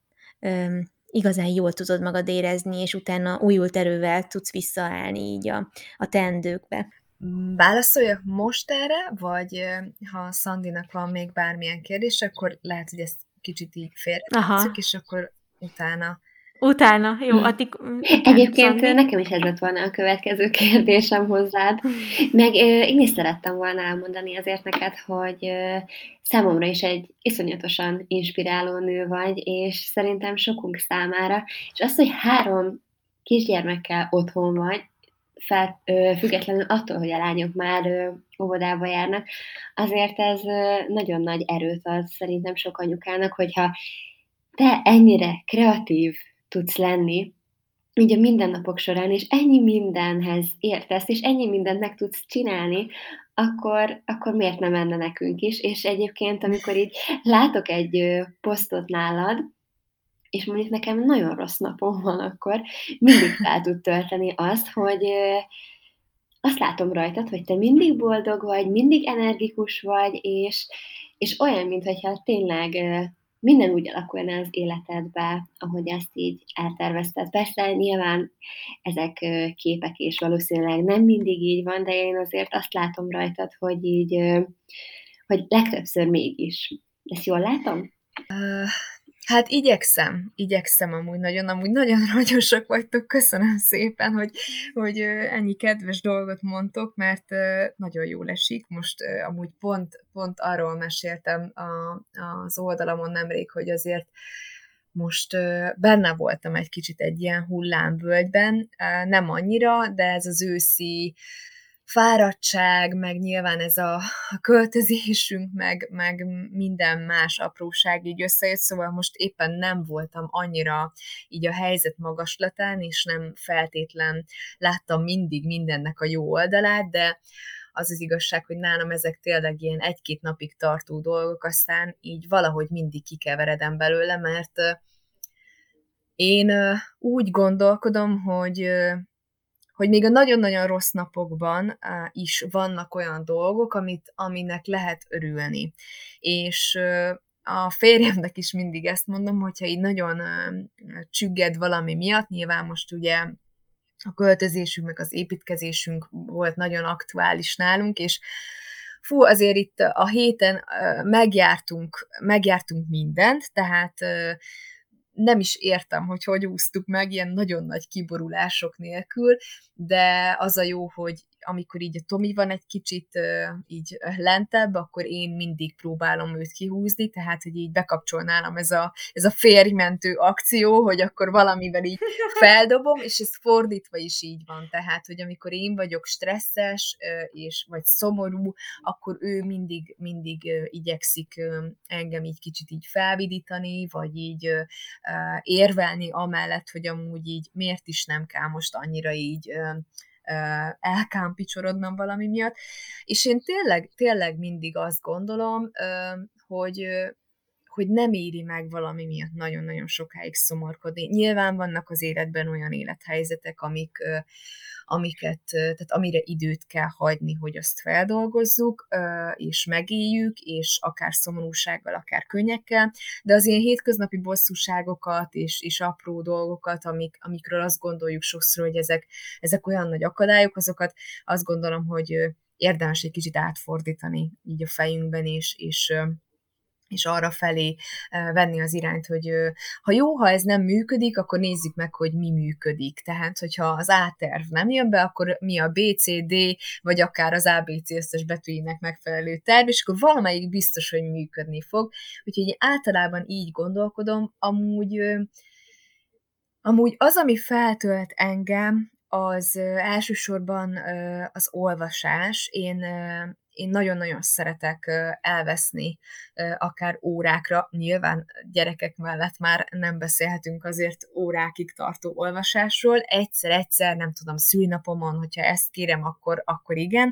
jól tudod magad érezni, és utána újult erővel tudsz visszaállni így a teendőkbe. Válaszoljak most erre, vagy ha Szandinak van még bármilyen kérdés, akkor lehet, hogy ezt kicsit így félretesszük, és akkor utána. Jó, addig Egyébként Szandi? nekem is ez lett volna a következő kérdésem hozzád. Meg én is szerettem volna elmondani azért neked, hogy számomra is egy iszonyatosan inspiráló nő vagy, és szerintem sokunk számára, és az, hogy 3 kisgyermekkel otthon vagy, függetlenül attól, hogy a lányok már óvodába járnak, azért ez nagyon nagy erőt ad szerintem sok anyukának, hogyha te ennyire kreatív tudsz lenni, így a mindennapok során, és ennyi mindenhez értesz, és ennyi mindent meg tudsz csinálni, akkor miért nem menne nekünk is? És egyébként, amikor így látok egy posztot nálad, és mondjuk nekem nagyon rossz napom van, akkor mindig fel tud tölteni azt, hogy azt látom rajtad, hogy te mindig boldog vagy, mindig energikus vagy, és olyan, mintha tényleg minden úgy alakulna az életedbe, ahogy ezt így eltervezted. Persze nyilván ezek képek, és valószínűleg nem mindig így van, de én azért azt látom rajtad, hogy így, hogy legtöbbször mégis. Ezt jól látom? Hát igyekszem amúgy nagyon aranyosak vagytok, köszönöm szépen, hogy ennyi kedves dolgot mondtok, mert nagyon jól esik. Most amúgy pont arról meséltem az oldalamon nemrég, hogy azért most benne voltam egy kicsit egy ilyen hullámvölgyben, nem annyira, de ez az őszi fáradtság, meg nyilván ez a költözésünk, meg minden más apróság így összejött, szóval most éppen nem voltam annyira így a helyzet magaslatán, és nem feltétlen láttam mindig mindennek a jó oldalát, de az az igazság, hogy nálam ezek tényleg ilyen 1-2 napig tartó dolgok, aztán így valahogy mindig kikeveredem belőle, mert én úgy gondolkodom, hogy még a nagyon-nagyon rossz napokban is vannak olyan dolgok, aminek lehet örülni. És a férjemnek is mindig ezt mondom, hogyha így nagyon csügged valami miatt, nyilván most ugye a költözésünk, meg az építkezésünk volt nagyon aktuális nálunk, és azért itt a héten megjártunk mindent, tehát nem is értem, hogy úsztuk meg ilyen nagyon nagy kiborulások nélkül, de az a jó, hogy amikor így a Tomi van egy kicsit így lentebb, akkor én mindig próbálom őt kihúzni, tehát, hogy így bekapcsol nálam ez a férjmentő akció, hogy akkor valamivel így feldobom, és ez fordítva is így van, tehát, hogy amikor én vagyok stresszes, vagy szomorú, akkor ő mindig igyekszik engem így kicsit így felvidítani, vagy így érvelni amellett, hogy amúgy így miért is nem kell most annyira így elkámpicsorodnom valami miatt, és én tényleg mindig azt gondolom, hogy nem éri meg valami miatt nagyon-nagyon sokáig szomorkodni. Nyilván vannak az életben olyan élethelyzetek, tehát amire időt kell hagyni, hogy azt feldolgozzuk, és megéljük, és akár szomorúsággal, akár könnyekkel, de az ilyen hétköznapi bosszúságokat és apró dolgokat, amikről azt gondoljuk sokszor, hogy ezek olyan nagy akadályok, azokat azt gondolom, hogy érdemes egy kicsit átfordítani így a fejünkben, és és arra felé venni az irányt, hogy ha jó, ha ez nem működik, akkor nézzük meg, hogy mi működik. Tehát, hogyha az A terv nem jön be, akkor mi a B, C, D, vagy akár az A, B, C összes betűjének megfelelő terv, és akkor valamelyik biztos, hogy működni fog. Úgyhogy én általában így gondolkodom, amúgy az, ami feltölt engem, az elsősorban az olvasás. Én nagyon-nagyon szeretek elveszni akár órákra. Nyilván gyerekek mellett már nem beszélhetünk azért órákig tartó olvasásról. Egyszer-egyszer, nem tudom, szülinapomon, hogyha ezt kérem, akkor igen,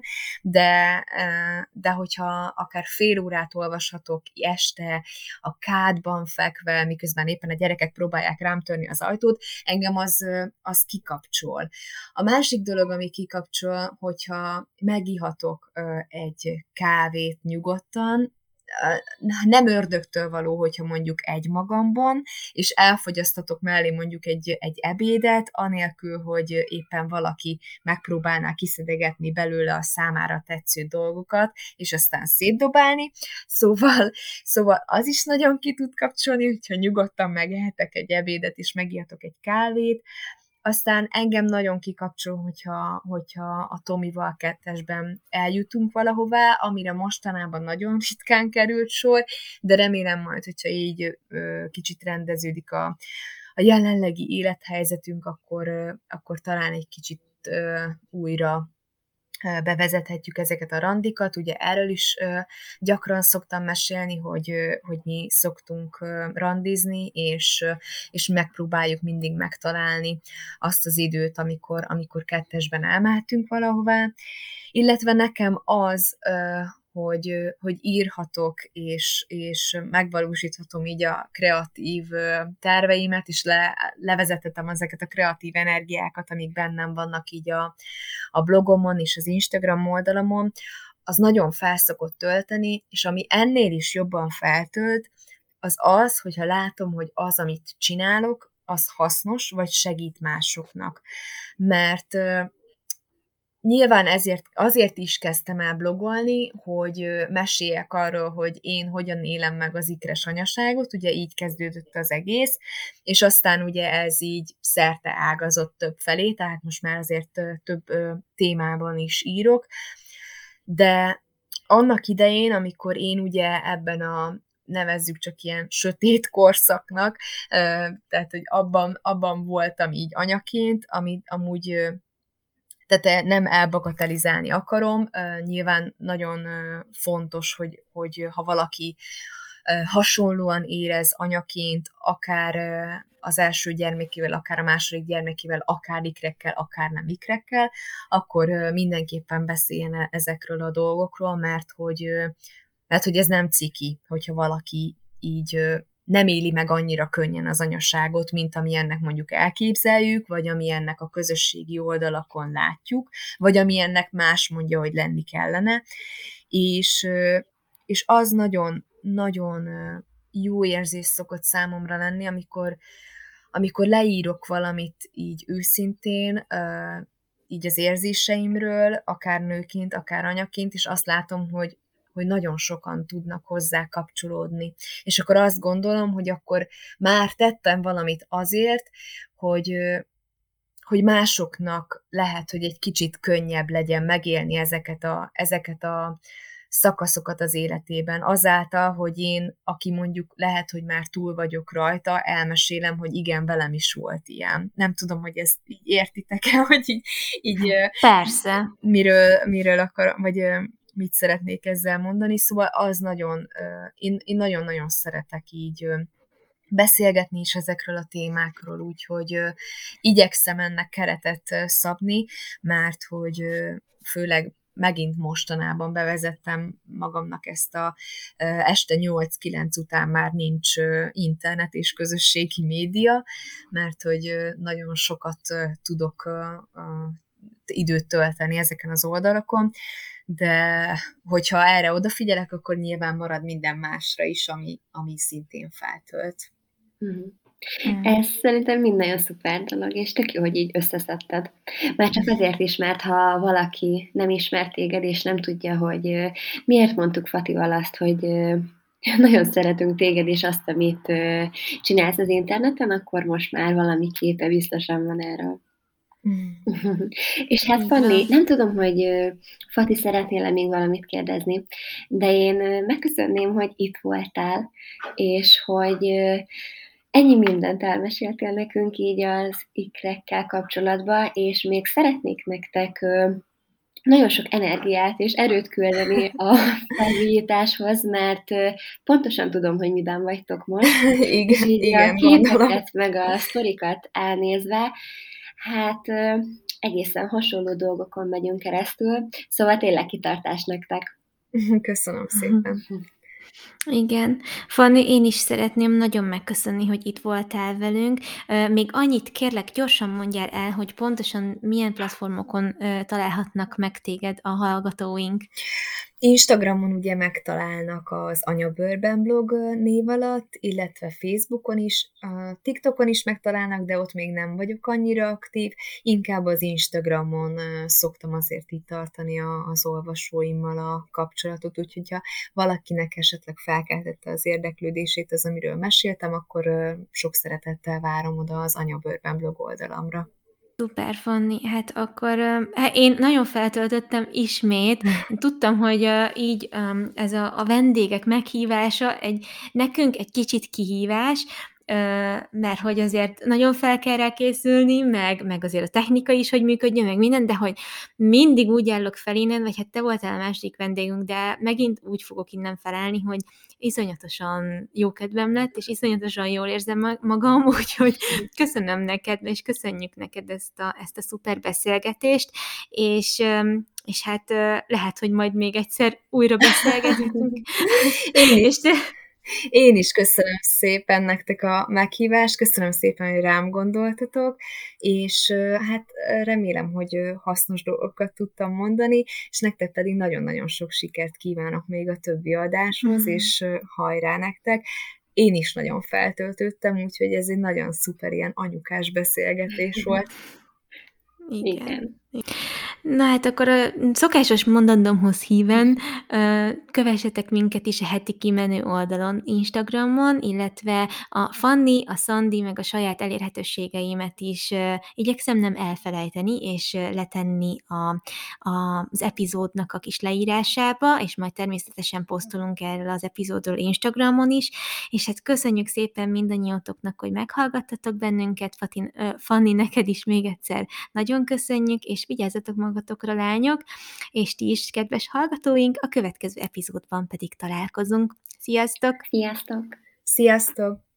de hogyha akár fél órát olvashatok este a kádban fekve, miközben éppen a gyerekek próbálják rám törni az ajtót, engem az kikapcsol. A másik dolog, ami kikapcsol, hogyha megihatok egy kávét nyugodtan, nem ördögtől való, hogyha mondjuk egymagamban, és elfogyasztatok mellé mondjuk egy ebédet, anélkül, hogy éppen valaki megpróbálná kiszedegetni belőle a számára tetsző dolgokat, és aztán szétdobálni. Szóval az is nagyon ki tud kapcsolni, hogyha nyugodtan megehetek egy ebédet, és megihatok egy kávét. Aztán engem nagyon kikapcsol, hogyha a Tomival kettesben eljutunk valahová, amire mostanában nagyon ritkán került sor, de remélem majd, hogyha így kicsit rendeződik a jelenlegi élethelyzetünk, akkor talán egy kicsit újra bevezethetjük ezeket a randikat. Ugye erről is gyakran szoktam mesélni, hogy mi szoktunk randizni, és megpróbáljuk mindig megtalálni azt az időt, amikor kettesben elmehetünk valahová. Illetve nekem az, hogy írhatok, és megvalósíthatom így a kreatív terveimet, és levezetetem ezeket a kreatív energiákat, amik bennem vannak így a blogomon és az Instagram oldalamon, az nagyon felszokott tölteni, és ami ennél is jobban feltölt, az, hogyha látom, hogy az, amit csinálok, az hasznos, vagy segít másoknak. Mert nyilván azért is kezdtem el blogolni, hogy meséljek arról, hogy én hogyan élem meg az ikres anyaságot, ugye így kezdődött az egész, és aztán ugye ez így szerte ágazott több felé, tehát most már azért több témában is írok, de annak idején, amikor én ugye ebben nevezzük csak ilyen sötét korszaknak, tehát hogy abban voltam így anyaként, amit amúgy tehát nem elbagatelizálni akarom. Nyilván nagyon fontos, hogy ha valaki hasonlóan érez anyaként, akár az első gyermekével, akár a második gyermekével, akár ikrekkel, akár nem ikrekkel, akkor mindenképpen beszéljen ezekről a dolgokról, mert hogy ez nem ciki, hogyha valaki így nem éli meg annyira könnyen az anyaságot, mint amilyennek mondjuk elképzeljük, vagy amilyennek a közösségi oldalakon látjuk, vagy amilyennek más mondja, hogy lenni kellene. És az nagyon, nagyon jó érzés szokott számomra lenni, amikor leírok valamit így őszintén, így az érzéseimről, akár nőként, akár anyaként, és azt látom, hogy nagyon sokan tudnak hozzá kapcsolódni. És akkor azt gondolom, hogy akkor már tettem valamit azért, hogy másoknak lehet, hogy egy kicsit könnyebb legyen megélni ezeket a szakaszokat az életében. Azáltal, hogy én, aki mondjuk lehet, hogy már túl vagyok rajta, elmesélem, hogy igen, velem is volt ilyen. Nem tudom, hogy ezt így értitek-e, hogy így Persze. Miről akar, vagy mit szeretnék ezzel mondani, szóval az nagyon, én nagyon-nagyon szeretek így beszélgetni is ezekről a témákról, úgyhogy igyekszem ennek keretet szabni, mert hogy főleg megint mostanában bevezettem magamnak ezt a este 8-9 után már nincs internet és közösségi média, mert hogy nagyon sokat tudok időt tölteni ezeken az oldalakon, de hogyha erre odafigyelek, akkor nyilván marad minden másra is, ami szintén feltölt. Ez szerintem mind nagyon szuper dolog, és tök jó, hogy így összeszedted. Már csak azért is, mert ha valaki nem ismer téged, és nem tudja, hogy miért mondtuk Fatival azt, hogy nagyon szeretünk téged és azt, amit csinálsz az interneten, akkor most már valami képe biztosan van erről. És hát Így Fanni, van. nem tudom, hogy Fati szeretnél-e még valamit kérdezni, de én megköszönném, hogy itt voltál, és hogy ennyi mindent elmeséltél nekünk így az ikrekkel kapcsolatban, és még szeretnék nektek nagyon sok energiát és erőt küldeni a felújításhoz, mert pontosan tudom, hogy miben vagytok most, és Igen, így a igen, gondolom. képeket meg a sztorikat elnézve, hát egészen hasonló dolgokon megyünk keresztül, szóval tényleg kitartás nektek. Köszönöm szépen. Igen. Fanni, én is szeretném nagyon megköszönni, hogy itt voltál velünk. Még annyit kérlek, gyorsan mondjál el, hogy pontosan milyen platformokon találhatnak meg téged a hallgatóink. Instagramon ugye megtalálnak az Anyabőrben blog név alatt, illetve Facebookon is, a TikTokon is megtalálnak, de ott még nem vagyok annyira aktív, inkább az Instagramon szoktam azért így tartani az olvasóimmal a kapcsolatot, úgyhogy ha valakinek esetleg felkeltette az érdeklődését az, amiről meséltem, akkor sok szeretettel várom oda az Anyabőrben blog oldalamra. Szuper, Fanni. Hát akkor én nagyon feltöltöttem ismét. Tudtam, hogy így ez a vendégek meghívása nekünk egy kicsit kihívás, mert hogy azért nagyon fel kell rá készülni, meg azért a technika is, hogy működjön, meg minden, de hogy mindig úgy állok fel innen, vagy hát te voltál a második vendégünk, de megint úgy fogok innen felállni, hogy iszonyatosan jó kedvem lett, és iszonyatosan jól érzem magam, úgyhogy köszönöm neked, és köszönjük neked ezt a szuper beszélgetést, és hát lehet, hogy majd még egyszer újra beszélgethetünk. Én És is. Én is köszönöm szépen nektek a meghívást, köszönöm szépen, hogy rám gondoltatok, és hát remélem, hogy hasznos dolgokat tudtam mondani, és nektek pedig nagyon-nagyon sok sikert kívánok még a többi adáshoz, és hajrá nektek! Én is nagyon feltöltődtem, úgyhogy ez egy nagyon szuper ilyen anyukás beszélgetés volt. Igen. Na hát akkor a szokásos mondandómhoz híven kövessetek minket is a heti kimenő oldalon Instagramon, illetve a Fanni, a Szandi, meg a saját elérhetőségeimet is igyekszem nem elfelejteni, és letenni az epizódnak a kis leírásába, és majd természetesen posztolunk erről az epizódról Instagramon is, és hát köszönjük szépen mindannyiótoknak, hogy meghallgattatok bennünket, Fanni, neked is még egyszer nagyon köszönjük, és vigyázzatok magatokra, lányok, és ti is, kedves hallgatóink, a következő epizódban pedig találkozunk. Sziasztok! Sziasztok! Sziasztok!